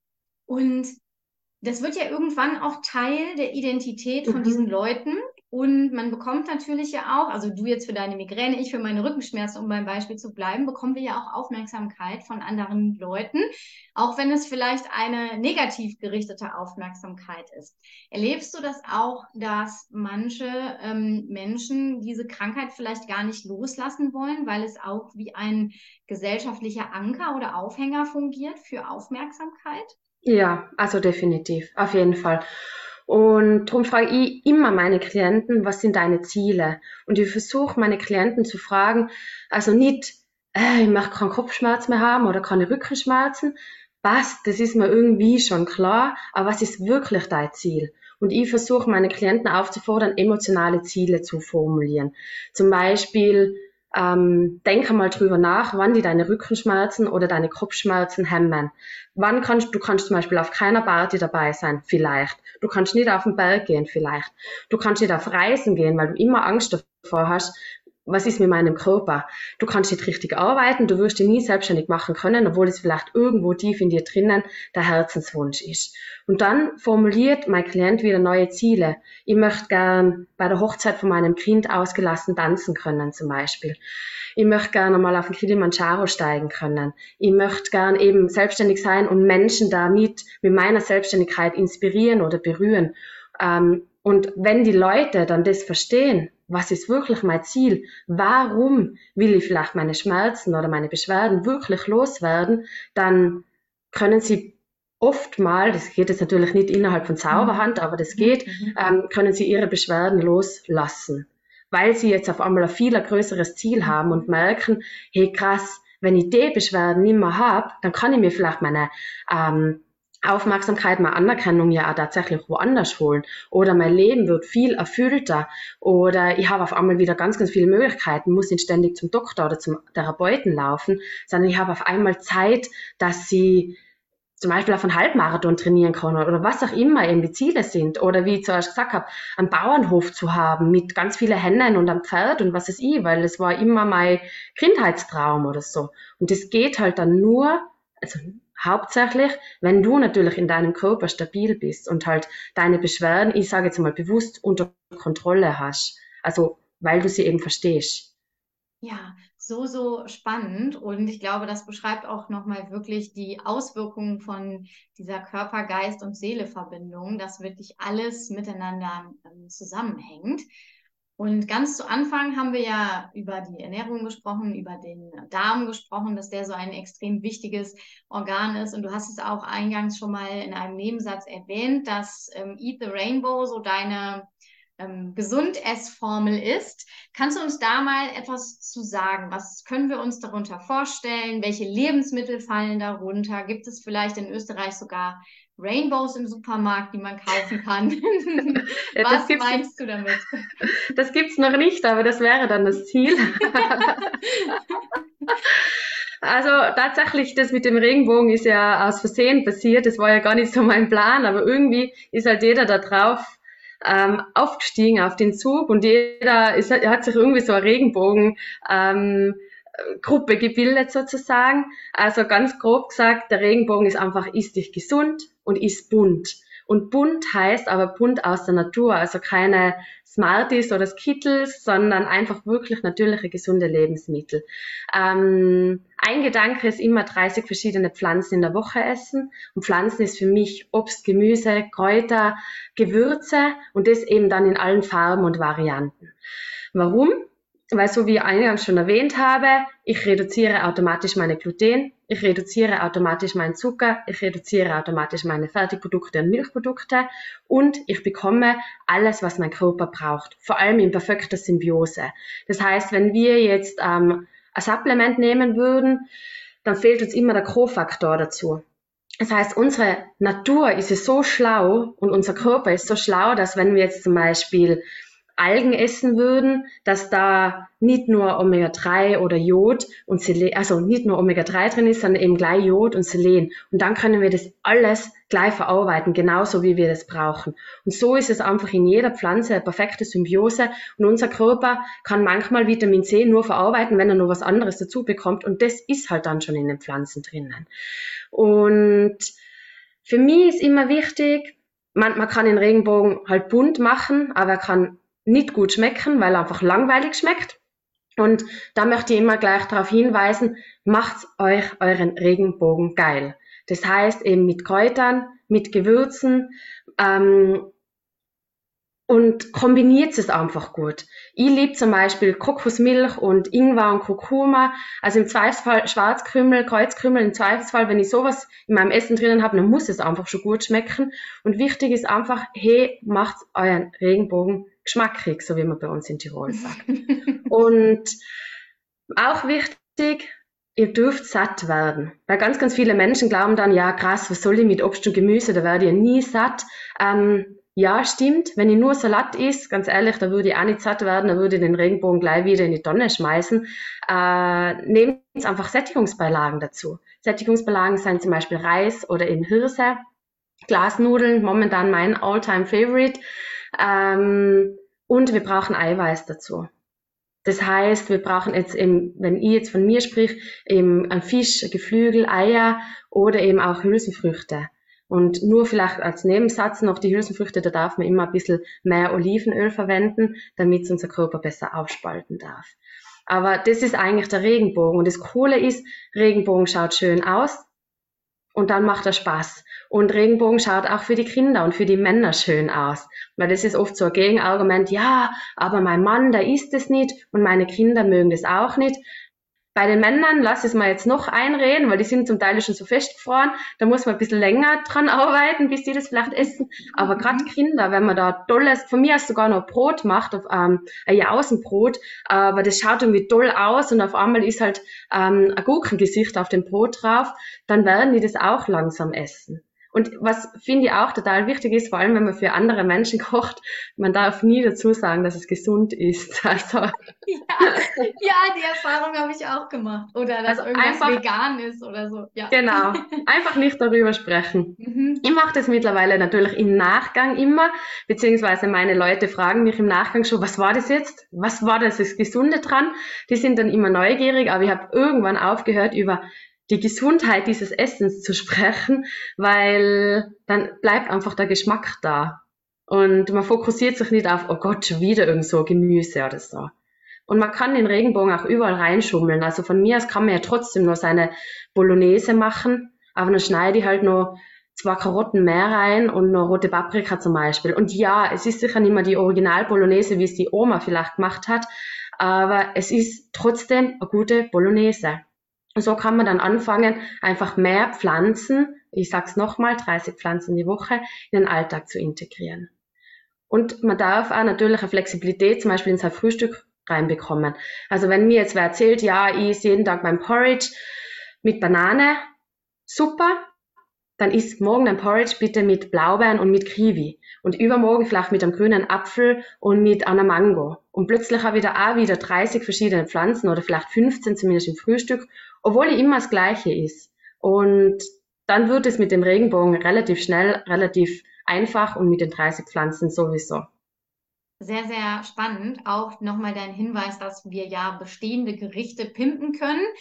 Und das wird ja irgendwann auch Teil der Identität von Mhm. diesen Leuten. Und man bekommt natürlich ja auch, also du jetzt für deine Migräne, ich für meine Rückenschmerzen, um beim Beispiel zu bleiben, bekommen wir ja auch Aufmerksamkeit von anderen Leuten, auch wenn es vielleicht eine negativ gerichtete Aufmerksamkeit ist. Erlebst du das auch, dass manche ähm, Menschen diese Krankheit vielleicht gar nicht loslassen wollen, weil es auch wie ein gesellschaftlicher Anker oder Aufhänger fungiert für Aufmerksamkeit? Ja, also definitiv, auf jeden Fall. Und darum frage ich immer meine Klienten, was sind deine Ziele? Und ich versuche meine Klienten zu fragen, also nicht, äh, ich möchte keinen Kopfschmerz mehr haben oder keine Rückenschmerzen. Passt, das ist mir irgendwie schon klar, aber was ist wirklich dein Ziel? Und ich versuche meine Klienten aufzufordern, emotionale Ziele zu formulieren. Zum Beispiel, ähm, denk einmal drüber nach, wann die deine Rückenschmerzen oder deine Kopfschmerzen hemmen. Wann kannst du kannst zum Beispiel auf keiner Party dabei sein, vielleicht. Du kannst nicht auf den Berg gehen, vielleicht. Du kannst nicht auf Reisen gehen, weil du immer Angst davor hast, was ist mit meinem Körper? Du kannst nicht richtig arbeiten, du wirst dich nie selbstständig machen können, obwohl es vielleicht irgendwo tief in dir drinnen der Herzenswunsch ist. Und dann formuliert mein Klient wieder neue Ziele. Ich möchte gern bei der Hochzeit von meinem Kind ausgelassen tanzen können, zum Beispiel. Ich möchte gerne mal auf den Kilimanjaro steigen können. Ich möchte gern eben selbstständig sein und Menschen damit mit meiner Selbstständigkeit inspirieren oder berühren. Ähm, und wenn die Leute dann das verstehen, was ist wirklich mein Ziel? Warum will ich vielleicht meine Schmerzen oder meine Beschwerden wirklich loswerden? Dann können sie oft mal, das geht jetzt natürlich nicht innerhalb von Zauberhand, aber das geht, Mhm. ähm, können sie ihre Beschwerden loslassen. Weil sie jetzt auf einmal ein viel größeres Ziel haben und merken, hey krass, wenn ich die Beschwerden nicht mehr habe, dann kann ich mir vielleicht meine ähm, Aufmerksamkeit, meine Anerkennung ja auch tatsächlich woanders holen. Oder mein Leben wird viel erfüllter. Oder ich habe auf einmal wieder ganz, ganz viele Möglichkeiten, muss nicht ständig zum Doktor oder zum Therapeuten laufen, sondern ich habe auf einmal Zeit, dass sie zum Beispiel auf einen Halbmarathon trainieren kann oder was auch immer eben die Ziele sind. Oder wie ich zuerst gesagt habe, einen Bauernhof zu haben mit ganz vielen Hennen und einem Pferd und was weiß ich, weil das war immer mein Kindheitstraum oder so. Und das geht halt dann nur, also hauptsächlich, wenn du natürlich in deinem Körper stabil bist und halt deine Beschwerden, ich sage jetzt mal bewusst, unter Kontrolle hast. Also, weil du sie eben verstehst. Ja, so, so spannend. Und ich glaube, das beschreibt auch nochmal wirklich die Auswirkungen von dieser Körper-, Geist- und Seele-Verbindung, dass wirklich alles miteinander ähm, zusammenhängt. Und ganz zu Anfang haben wir ja über die Ernährung gesprochen, über den Darm gesprochen, dass der so ein extrem wichtiges Organ ist. Und du hast es auch eingangs schon mal in einem Nebensatz erwähnt, dass ähm, Eat the Rainbow so deine ähm, Gesundessformel ist. Kannst du uns da mal etwas zu sagen? Was können wir uns darunter vorstellen? Welche Lebensmittel fallen darunter? Gibt es vielleicht in Österreich sogar Rainbows im Supermarkt, die man kaufen kann? Ja, das Was gibt's, meinst du damit? das gibt's noch nicht, aber das wäre dann das Ziel. Also tatsächlich, das mit dem Regenbogen ist ja aus Versehen passiert. Das war ja gar nicht so mein Plan, aber irgendwie ist halt jeder da drauf ähm, aufgestiegen auf den Zug und jeder ist, hat sich irgendwie so eine Regenbogen ähm, Gruppe gebildet sozusagen. Also ganz grob gesagt, der Regenbogen ist einfach, ist dich gesund und ist bunt. Und bunt heißt aber bunt aus der Natur, also keine Smarties oder Skittles, sondern einfach wirklich natürliche, gesunde Lebensmittel. Ähm, ein Gedanke ist immer dreißig verschiedene Pflanzen in der Woche essen. Und Pflanzen ist für mich Obst, Gemüse, Kräuter, Gewürze und das eben dann in allen Farben und Varianten. Warum? Weil, so wie ich eingangs schon erwähnt habe, ich reduziere automatisch meine Gluten, ich reduziere automatisch meinen Zucker, ich reduziere automatisch meine Fertigprodukte und Milchprodukte und ich bekomme alles, was mein Körper braucht, vor allem in perfekter Symbiose. Das heißt, wenn wir jetzt ähm, ein Supplement nehmen würden, dann fehlt uns immer der Co-Faktor dazu. Das heißt, unsere Natur ist ja so schlau und unser Körper ist so schlau, dass wenn wir jetzt zum Beispiel Algen essen würden, dass da nicht nur Omega drei oder Jod und Selen, also nicht nur Omega drei drin ist, sondern eben gleich Jod und Selen. Und dann können wir das alles gleich verarbeiten, genauso wie wir das brauchen. Und so ist es einfach in jeder Pflanze eine perfekte Symbiose. Und unser Körper kann manchmal Vitamin C nur verarbeiten, wenn er nur was anderes dazu bekommt. Und das ist halt dann schon in den Pflanzen drinnen. Und für mich ist immer wichtig, man, man kann den Regenbogen halt bunt machen, aber er kann nicht gut schmecken, weil er einfach langweilig schmeckt. Und da möchte ich immer gleich darauf hinweisen, macht euch euren Regenbogen geil. Das heißt eben mit Kräutern, mit Gewürzen ähm, und kombiniert es einfach gut. Ich liebe zum Beispiel Kokosmilch und Ingwer und Kurkuma, also im Zweifelsfall Schwarzkrümel, Kreuzkrümel, im Zweifelsfall, wenn ich sowas in meinem Essen drinnen habe, dann muss es einfach schon gut schmecken. Und wichtig ist einfach, hey, macht euren Regenbogen geschmackig, so wie man bei uns in Tirol sagt. Und auch wichtig, ihr dürft satt werden. Weil ganz, ganz viele Menschen glauben dann, ja krass, was soll ich mit Obst und Gemüse, da werde ich nie satt. Ähm, ja, stimmt, wenn ich nur Salat isst, ganz ehrlich, da würde ich auch nicht satt werden, da würde ich den Regenbogen gleich wieder in die Tonne schmeißen. Äh, nehmt einfach Sättigungsbeilagen dazu. Sättigungsbeilagen sind zum Beispiel Reis oder eben Hirse, Glasnudeln, momentan mein All-Time-Favorite. Ähm, und wir brauchen Eiweiß dazu. Das heißt, wir brauchen jetzt eben, wenn ich jetzt von mir sprich, eben ein Fisch, Geflügel, Eier oder eben auch Hülsenfrüchte. Und nur vielleicht als Nebensatz noch die Hülsenfrüchte, da darf man immer ein bisschen mehr Olivenöl verwenden, damit unser Körper besser aufspalten darf. Aber das ist eigentlich der Regenbogen. Und das Coole ist, Regenbogen schaut schön aus und dann macht er Spaß. Und Regenbogen schaut auch für die Kinder und für die Männer schön aus. Weil das ist oft so ein Gegenargument, ja, aber mein Mann, der isst es nicht und meine Kinder mögen das auch nicht. Bei den Männern lass es mal jetzt noch einreden, weil die sind zum Teil schon so festgefroren. Da muss man ein bisschen länger dran arbeiten, bis die das vielleicht essen. Aber gerade Kinder, wenn man da tolles, von mir aus sogar noch Brot macht, auf ähm, ein Jausenbrot, aber das schaut irgendwie toll aus und auf einmal ist halt ähm, ein Gurkengesicht auf dem Brot drauf, dann werden die das auch langsam essen. Und was finde ich auch total wichtig ist, vor allem wenn man für andere Menschen kocht, man darf nie dazu sagen, dass es gesund ist. Also ja, ja, die Erfahrung habe ich auch gemacht. Oder dass also irgendwas einfach, vegan ist oder so. Ja. Genau, einfach nicht darüber sprechen. Mhm. Ich mache das mittlerweile natürlich im Nachgang immer, beziehungsweise meine Leute fragen mich im Nachgang schon, was war das jetzt? Was war das, das Gesunde dran? Die sind dann immer neugierig, aber ich habe irgendwann aufgehört, über die Gesundheit dieses Essens zu sprechen, weil dann bleibt einfach der Geschmack da. Und man fokussiert sich nicht auf, oh Gott, schon wieder irgend so Gemüse oder so. Und man kann den Regenbogen auch überall reinschummeln. Also von mir aus kann man ja trotzdem nur seine Bolognese machen, aber dann schneide ich halt noch zwei Karotten mehr rein und noch rote Paprika zum Beispiel. Und ja, es ist sicher nicht mehr die Original-Bolognese, wie es die Oma vielleicht gemacht hat, aber es ist trotzdem eine gute Bolognese. Und so kann man dann anfangen, einfach mehr Pflanzen, ich sag's nochmal, dreißig Pflanzen die Woche, in den Alltag zu integrieren. Und man darf auch natürlich eine Flexibilität zum Beispiel in sein Frühstück reinbekommen. Also wenn mir jetzt wer erzählt, ja, ich esse jeden Tag mein Porridge mit Banane, super, dann isst morgen dein Porridge bitte mit Blaubeeren und mit Kiwi. Und übermorgen vielleicht mit einem grünen Apfel und mit einer Mango. Und plötzlich habe ich da auch wieder dreißig verschiedene Pflanzen oder vielleicht fünfzehn zumindest im Frühstück, obwohl ich immer das Gleiche ist. Und dann wird es mit dem Regenbogen relativ schnell, relativ einfach und mit den dreißig Pflanzen sowieso. Sehr, sehr spannend. Auch nochmal dein Hinweis, dass wir ja bestehende Gerichte pimpen können.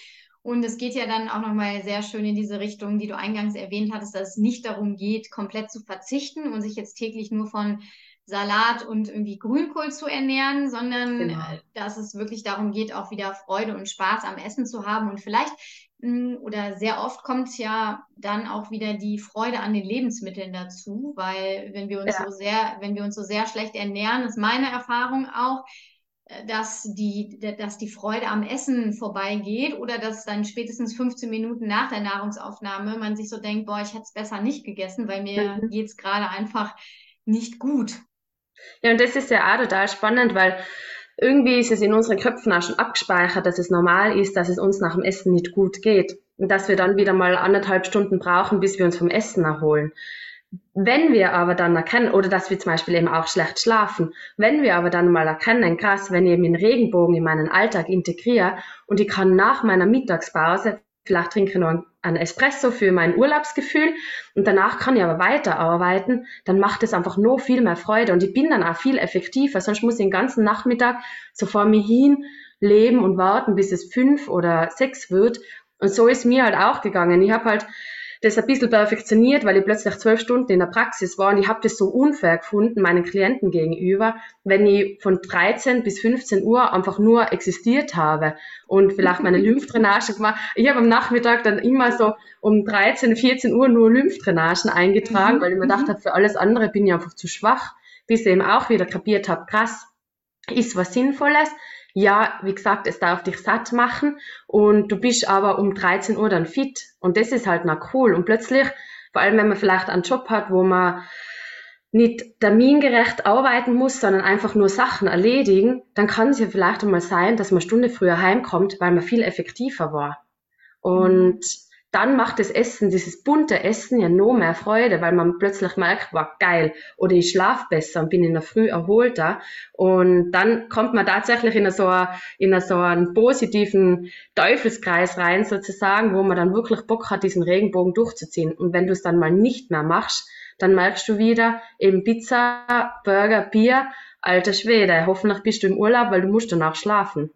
Und es geht ja dann auch nochmal sehr schön in diese Richtung, die du eingangs erwähnt hattest, dass es nicht darum geht, komplett zu verzichten und sich jetzt täglich nur von Salat und irgendwie Grünkohl zu ernähren, sondern Genau. äh, dass es wirklich darum geht, auch wieder Freude und Spaß am Essen zu haben. Und vielleicht mh, oder sehr oft kommt ja dann auch wieder die Freude an den Lebensmitteln dazu, weil wenn wir uns Ja. so sehr, wenn wir uns so sehr schlecht ernähren, ist meine Erfahrung auch, dass die, dass die Freude am Essen vorbeigeht oder dass dann spätestens fünfzehn Minuten nach der Nahrungsaufnahme man sich so denkt, boah, ich hätte es besser nicht gegessen, weil mir Mhm. geht es gerade einfach nicht gut. Ja, und das ist ja auch total spannend, weil irgendwie ist es in unseren Köpfen auch schon abgespeichert, dass es normal ist, dass es uns nach dem Essen nicht gut geht und dass wir dann wieder mal anderthalb Stunden brauchen, bis wir uns vom Essen erholen. Wenn wir aber dann erkennen, oder dass wir zum Beispiel eben auch schlecht schlafen, wenn wir aber dann mal erkennen, krass, wenn ich eben den Regenbogen in meinen Alltag integriere und ich kann nach meiner Mittagspause, vielleicht trinke ich noch einen Espresso für mein Urlaubsgefühl und danach kann ich aber weiterarbeiten, dann macht es einfach noch viel mehr Freude und ich bin dann auch viel effektiver, sonst muss ich den ganzen Nachmittag so vor mir hin leben und warten, bis es fünf oder sechs wird. Und so ist mir halt auch gegangen. Ich habe halt das ein bisschen perfektioniert, weil ich plötzlich zwölf Stunden in der Praxis war und ich habe das so unfair gefunden meinen Klienten gegenüber, wenn ich von dreizehn bis fünfzehn Uhr einfach nur existiert habe und vielleicht meine Lymphdrainage gemacht. Ich habe am Nachmittag dann immer so um dreizehn, vierzehn Uhr nur Lymphdrainagen eingetragen, Mhm. weil ich mir gedacht habe, für alles andere bin ich einfach zu schwach, bis ich eben auch wieder kapiert habe, krass, ist was Sinnvolles. Ja, wie gesagt, es darf dich satt machen und du bist aber um dreizehn Uhr dann fit und das ist halt noch cool und plötzlich, vor allem wenn man vielleicht einen Job hat, wo man nicht termingerecht arbeiten muss, sondern einfach nur Sachen erledigen, dann kann es ja vielleicht einmal sein, dass man eine Stunde früher heimkommt, weil man viel effektiver war. Und dann macht das Essen, dieses bunte Essen ja noch mehr Freude, weil man plötzlich merkt, wow, geil, oder ich schlafe besser und bin in der Früh erholter. Und dann kommt man tatsächlich in so, a, in so einen positiven Teufelskreis rein, sozusagen, wo man dann wirklich Bock hat, diesen Regenbogen durchzuziehen. Und wenn du es dann mal nicht mehr machst, dann merkst du wieder eben Pizza, Burger, Bier, alter Schwede, hoffentlich bist du im Urlaub, weil du musst danach schlafen.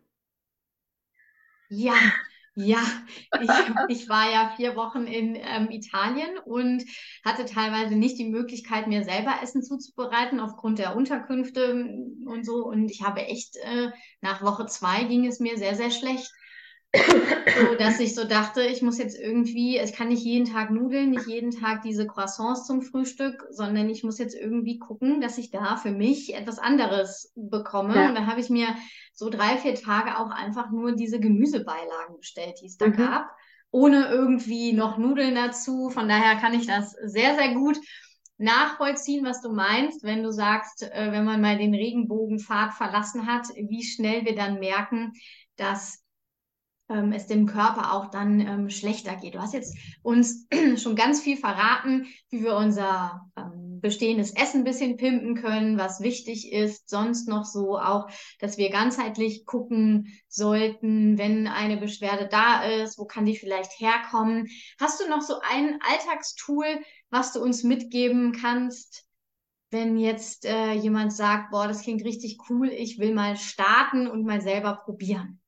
Ja, ja, ich, ich war ja vier Wochen in ähm, Italien und hatte teilweise nicht die Möglichkeit, mir selber Essen zuzubereiten aufgrund der Unterkünfte und so. Und ich habe echt, äh, nach Woche zwei ging es mir sehr, sehr schlecht. So, dass ich so dachte, ich muss jetzt irgendwie, ich kann nicht jeden Tag Nudeln, nicht jeden Tag diese Croissants zum Frühstück, sondern ich muss jetzt irgendwie gucken, dass ich da für mich etwas anderes bekomme. Ja. Und dann habe ich mir so drei, vier Tage auch einfach nur diese Gemüsebeilagen bestellt, die es da Mhm. gab, ohne irgendwie noch Nudeln dazu. Von daher kann ich das sehr, sehr gut nachvollziehen, was du meinst, wenn du sagst, äh, wenn man mal den Regenbogenpfad verlassen hat, wie schnell wir dann merken, dass ähm, es dem Körper auch dann ähm, schlechter geht. Du hast jetzt uns schon ganz viel verraten, wie wir unser ähm, bestehendes Essen ein bisschen pimpen können, was wichtig ist, sonst noch so auch, dass wir ganzheitlich gucken sollten, wenn eine Beschwerde da ist, wo kann die vielleicht herkommen. Hast du noch so ein Alltagstool, was du uns mitgeben kannst, wenn jetzt äh, jemand sagt, boah, das klingt richtig cool, ich will mal starten und mal selber probieren?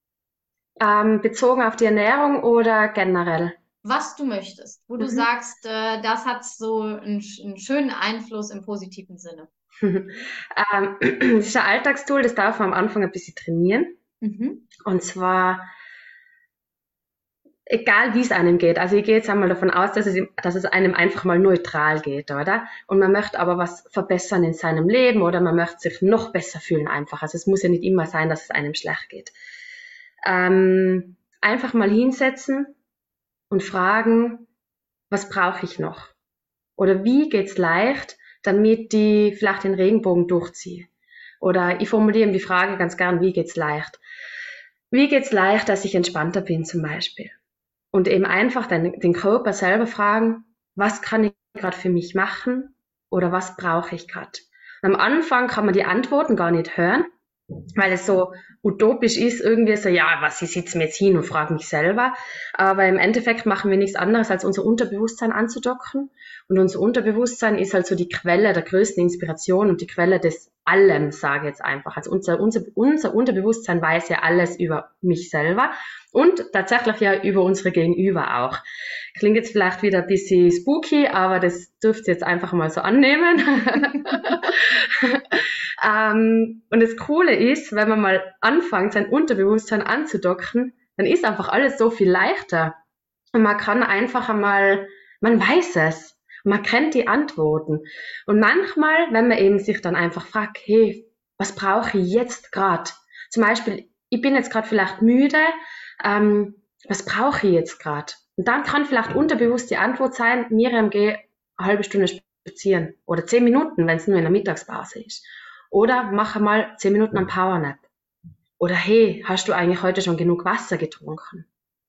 Ähm, bezogen auf die Ernährung oder generell? Was du möchtest, wo du Mhm. sagst, äh, das hat so einen, einen schönen Einfluss im positiven Sinne. ähm, das ist ein Alltagstool, das darf man am Anfang ein bisschen trainieren. Mhm. Und zwar, egal wie es einem geht. Also ich gehe jetzt einmal davon aus, dass es, ihm- dass es einem einfach mal neutral geht, oder? Und man möchte aber was verbessern in seinem Leben oder man möchte sich noch besser fühlen einfach. Also es muss ja nicht immer sein, dass es einem schlecht geht. Ähm, einfach mal hinsetzen und fragen, was brauche ich noch? Oder wie geht's leicht, damit ich vielleicht den Regenbogen durchziehe? Oder ich formuliere die Frage ganz gern, wie geht's leicht? Wie geht's leicht, dass ich entspannter bin zum Beispiel? Und eben einfach den, den Körper selber fragen, was kann ich gerade für mich machen oder was brauche ich gerade? Am Anfang kann man die Antworten gar nicht hören, weil es so utopisch ist, irgendwie so, ja, was, ich sitze mir jetzt hin und frage mich selber. Aber im Endeffekt machen wir nichts anderes, als unser Unterbewusstsein anzudocken. Und unser Unterbewusstsein ist halt so die Quelle der größten Inspiration und die Quelle des Allem, sage ich jetzt einfach. Also unser, unser, unser Unterbewusstsein weiß ja alles über mich selber und tatsächlich ja über unsere Gegenüber auch. Klingt jetzt vielleicht wieder ein bisschen spooky, aber das dürft ihr jetzt einfach mal so annehmen. ähm, und das Coole ist, wenn man mal anfängt, sein Unterbewusstsein anzudocken, dann ist einfach alles so viel leichter. Und man kann einfach einmal, man weiß es. Und man kennt die Antworten. Und manchmal, wenn man eben sich dann einfach fragt, hey, was brauche ich jetzt gerade? Zum Beispiel, ich bin jetzt gerade vielleicht müde, ähm, was brauche ich jetzt gerade? Und dann kann vielleicht unterbewusst die Antwort sein, Miriam, geh eine halbe Stunde spazieren. Oder zehn Minuten, wenn es nur in der Mittagspause ist. Oder mach mal zehn Minuten einen Powernap. Oder hey, hast du eigentlich heute schon genug Wasser getrunken?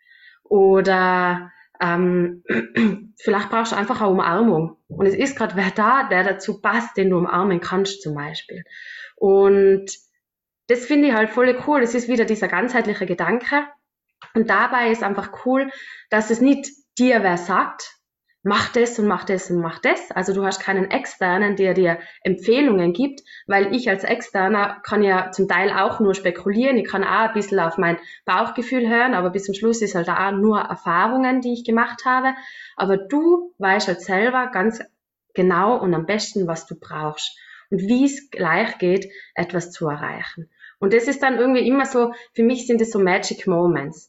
Oder ähm, vielleicht brauchst du einfach eine Umarmung. Und es ist gerade wer da, der dazu passt, den du umarmen kannst zum Beispiel. Und das finde ich halt voll cool. Das ist wieder dieser ganzheitliche Gedanke. Und dabei ist einfach cool, dass es nicht dir wer sagt, mach das und mach das und mach das. Also du hast keinen Externen, der dir Empfehlungen gibt, weil ich als Externer kann ja zum Teil auch nur spekulieren. Ich kann auch ein bisschen auf mein Bauchgefühl hören, aber bis zum Schluss ist halt auch nur Erfahrungen, die ich gemacht habe. Aber du weißt halt selber ganz genau und am besten, was du brauchst und wie es gleich geht, etwas zu erreichen. Und das ist dann irgendwie immer so, für mich sind es so Magic Moments.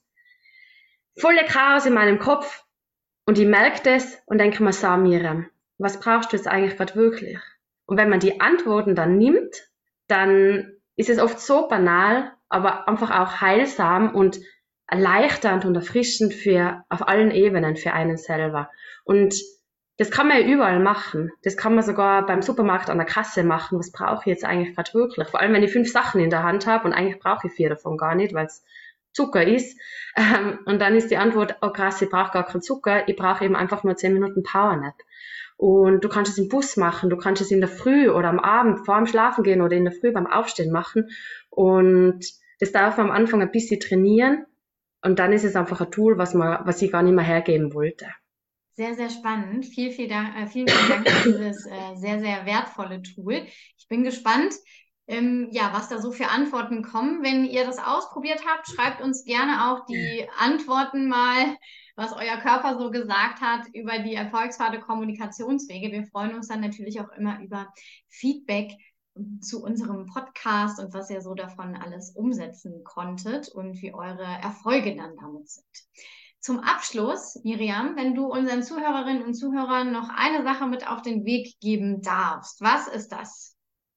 Volle Chaos in meinem Kopf und ich merke das und denke mir so, Miriam, was brauchst du jetzt eigentlich gerade wirklich? Und wenn man die Antworten dann nimmt, dann ist es oft so banal, aber einfach auch heilsam und erleichternd und erfrischend für, auf allen Ebenen für einen selber. Und das kann man ja überall machen. Das kann man sogar beim Supermarkt an der Kasse machen. Was brauche ich jetzt eigentlich gerade wirklich? Vor allem, wenn ich fünf Sachen in der Hand habe und eigentlich brauche ich vier davon gar nicht, weil es Zucker ist. Ähm, und dann ist die Antwort, oh krass, ich brauche gar keinen Zucker, ich brauche eben einfach nur zehn Minuten Powernap. Und du kannst es im Bus machen, du kannst es in der Früh oder am Abend vor dem Schlafen gehen oder in der Früh beim Aufstehen machen. Und das darf man am Anfang ein bisschen trainieren. Und dann ist es einfach ein Tool, was man, was ich gar nicht mehr hergeben wollte. Sehr, sehr spannend. Viel, viel Dank, äh, vielen, vielen Dank für dieses äh, sehr, sehr wertvolle Tool. Ich bin gespannt, ähm, ja, was da so für Antworten kommen. Wenn ihr das ausprobiert habt, schreibt uns gerne auch die Antworten mal, was euer Körper so gesagt hat über die Erfolgspfade Kommunikationswege. Wir freuen uns dann natürlich auch immer über Feedback zu unserem Podcast und was ihr so davon alles umsetzen konntet und wie eure Erfolge dann damit sind. Zum Abschluss, Miriam, wenn du unseren Zuhörerinnen und Zuhörern noch eine Sache mit auf den Weg geben darfst, was ist das?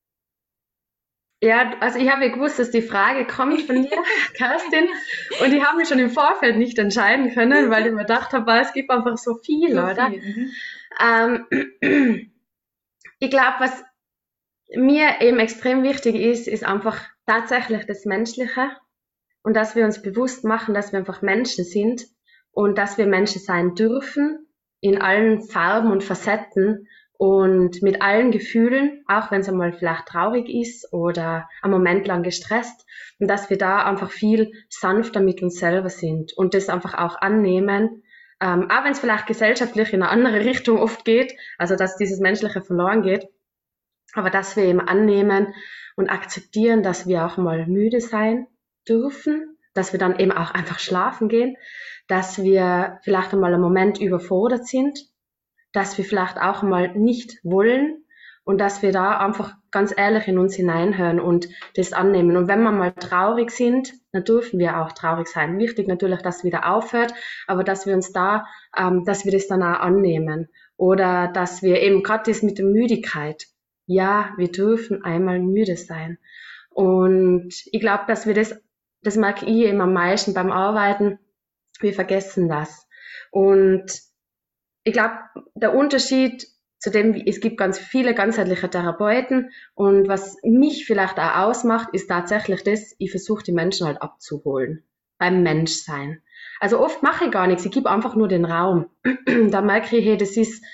Ja, also ich habe ja gewusst, dass die Frage kommt von dir, Kerstin, und ich habe mich schon im Vorfeld nicht entscheiden können, weil ich mir gedacht habe, es gibt einfach so viel, so oder? Viel. Ähm, ich glaube, was mir eben extrem wichtig ist, ist einfach tatsächlich das Menschliche und dass wir uns bewusst machen, dass wir einfach Menschen sind und dass wir Menschen sein dürfen in allen Farben und Facetten und mit allen Gefühlen, auch wenn es einmal vielleicht traurig ist oder einen Moment lang gestresst, und dass wir da einfach viel sanfter mit uns selber sind und das einfach auch annehmen, ähm, auch wenn es vielleicht gesellschaftlich in eine andere Richtung oft geht, also dass dieses Menschliche verloren geht, aber dass wir eben annehmen und akzeptieren, dass wir auch mal müde sein dürfen, dass wir dann eben auch einfach schlafen gehen, dass wir vielleicht einmal einen Moment überfordert sind, dass wir vielleicht auch mal nicht wollen und dass wir da einfach ganz ehrlich in uns hineinhören und das annehmen. Und wenn wir mal traurig sind, dann dürfen wir auch traurig sein. Wichtig natürlich, dass es wieder aufhört, aber dass wir uns da, ähm, dass wir das dann auch annehmen. Oder dass wir eben gerade das mit der Müdigkeit, ja, wir dürfen einmal müde sein. Und ich glaube, dass wir das, das mag ich eben am meisten beim Arbeiten, wir vergessen das. Und ich glaube, der Unterschied zu dem, es gibt ganz viele ganzheitliche Therapeuten und was mich vielleicht auch ausmacht, ist tatsächlich das, ich versuche die Menschen halt abzuholen beim Menschsein. Also oft mache ich gar nichts, ich gebe einfach nur den Raum. Da merke ich, hey, das ist,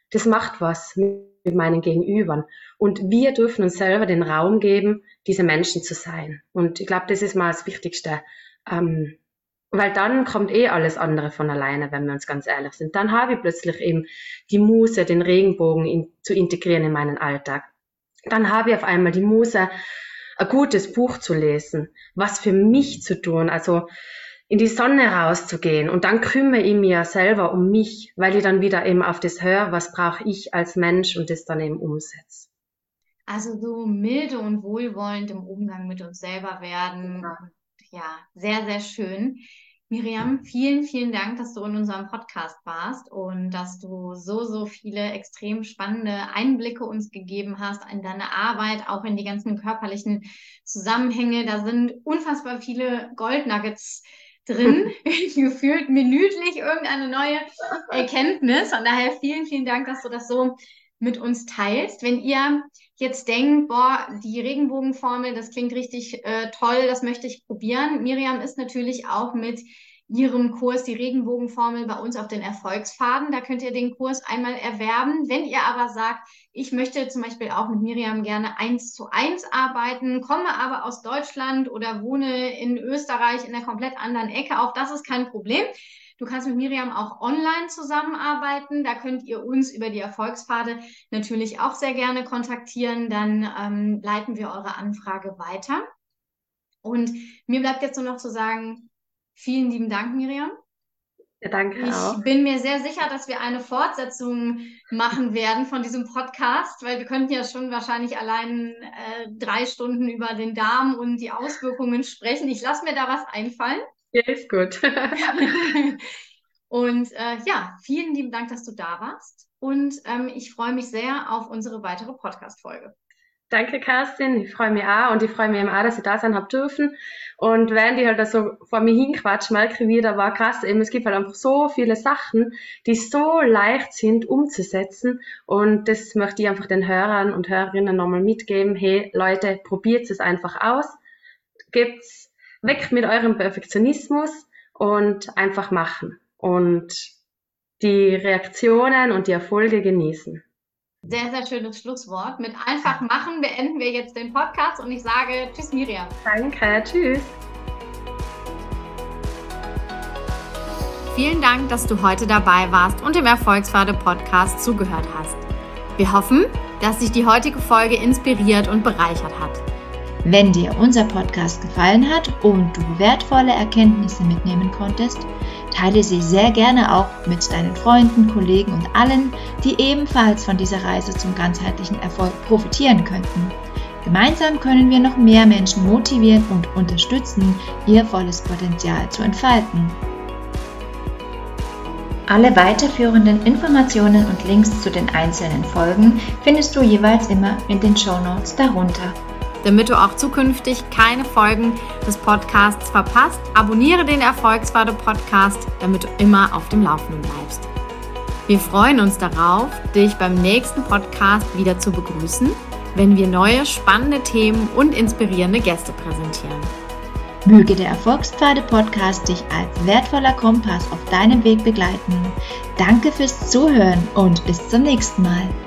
das macht was mit meinen Gegenübern. Und wir dürfen uns selber den Raum geben, diese Menschen zu sein. Und ich glaube, das ist mal das Wichtigste. Ähm, weil dann kommt eh alles andere von alleine, wenn wir uns ganz ehrlich sind. Dann habe ich plötzlich eben die Muße, den Regenbogen in, zu integrieren in meinen Alltag. Dann habe ich auf einmal die Muße, ein gutes Buch zu lesen, was für mich zu tun, also in die Sonne rauszugehen. Und dann kümmere ich mich ja selber um mich, weil ich dann wieder eben auf das höre, was brauche ich als Mensch und das dann eben umsetze. Also so milde und wohlwollend im Umgang mit uns selber werden. Ja, ja, sehr, sehr schön. Miriam, vielen, vielen Dank, dass du in unserem Podcast warst und dass du so, so viele extrem spannende Einblicke uns gegeben hast in deine Arbeit, auch in die ganzen körperlichen Zusammenhänge. Da sind unfassbar viele Goldnuggets drin, gefühlt minütlich irgendeine neue Erkenntnis. Von daher vielen, vielen Dank, dass du das so mit uns teilst. Wenn ihr jetzt denkt, boah, die Regenbogenformel, das klingt richtig äh, toll, das möchte ich probieren. Miriam ist natürlich auch mit ihrem Kurs, die Regenbogenformel, bei uns auf den Erfolgsfaden. Da könnt ihr den Kurs einmal erwerben. Wenn ihr aber sagt, ich möchte zum Beispiel auch mit Miriam gerne eins zu eins arbeiten, komme aber aus Deutschland oder wohne in Österreich in einer komplett anderen Ecke, auch das ist kein Problem. Du kannst mit Miriam auch online zusammenarbeiten. Da könnt ihr uns über die Erfolgspfade natürlich auch sehr gerne kontaktieren. Dann ähm, leiten wir eure Anfrage weiter. Und mir bleibt jetzt nur noch zu sagen, vielen lieben Dank, Miriam. Ja, danke auch. Ich bin mir sehr sicher, dass wir eine Fortsetzung machen werden von diesem Podcast, weil wir könnten ja schon wahrscheinlich allein äh, drei Stunden über den Darm und die Auswirkungen sprechen. Ich lasse mir da was einfallen. Ja, ist gut. Und äh, ja, vielen lieben Dank, dass du da warst. Und ähm, ich freue mich sehr auf unsere weitere Podcast-Folge. Danke, Kerstin. Ich freue mich auch und ich freue mich eben auch, dass ich da sein habe dürfen. Und wenn die halt da so vor mir hinquatscht, merke ich wieder, war krass, eben, es gibt halt einfach so viele Sachen, die so leicht sind umzusetzen. Und das möchte ich einfach den Hörern und Hörerinnen nochmal mitgeben. Hey, Leute, probiert es einfach aus. Gebt's weg mit eurem Perfektionismus und einfach machen. Und die Reaktionen und die Erfolge genießen. Sehr, sehr schönes Schlusswort. Mit einfach machen beenden wir jetzt den Podcast und ich sage tschüss, Miriam. Danke, tschüss. Vielen Dank, dass du heute dabei warst und dem Erfolgspfade-Podcast zugehört hast. Wir hoffen, dass dich die heutige Folge inspiriert und bereichert hat. Wenn dir unser Podcast gefallen hat und du wertvolle Erkenntnisse mitnehmen konntest, teile sie sehr gerne auch mit deinen Freunden, Kollegen und allen, die ebenfalls von dieser Reise zum ganzheitlichen Erfolg profitieren könnten. Gemeinsam können wir noch mehr Menschen motivieren und unterstützen, ihr volles Potenzial zu entfalten. Alle weiterführenden Informationen und Links zu den einzelnen Folgen findest du jeweils immer in den Shownotes darunter. Damit du auch zukünftig keine Folgen des Podcasts verpasst, abonniere den Erfolgspfade-Podcast, damit du immer auf dem Laufenden bleibst. Wir freuen uns darauf, dich beim nächsten Podcast wieder zu begrüßen, wenn wir neue spannende Themen und inspirierende Gäste präsentieren. Möge der Erfolgspfade-Podcast dich als wertvoller Kompass auf deinem Weg begleiten. Danke fürs Zuhören und bis zum nächsten Mal.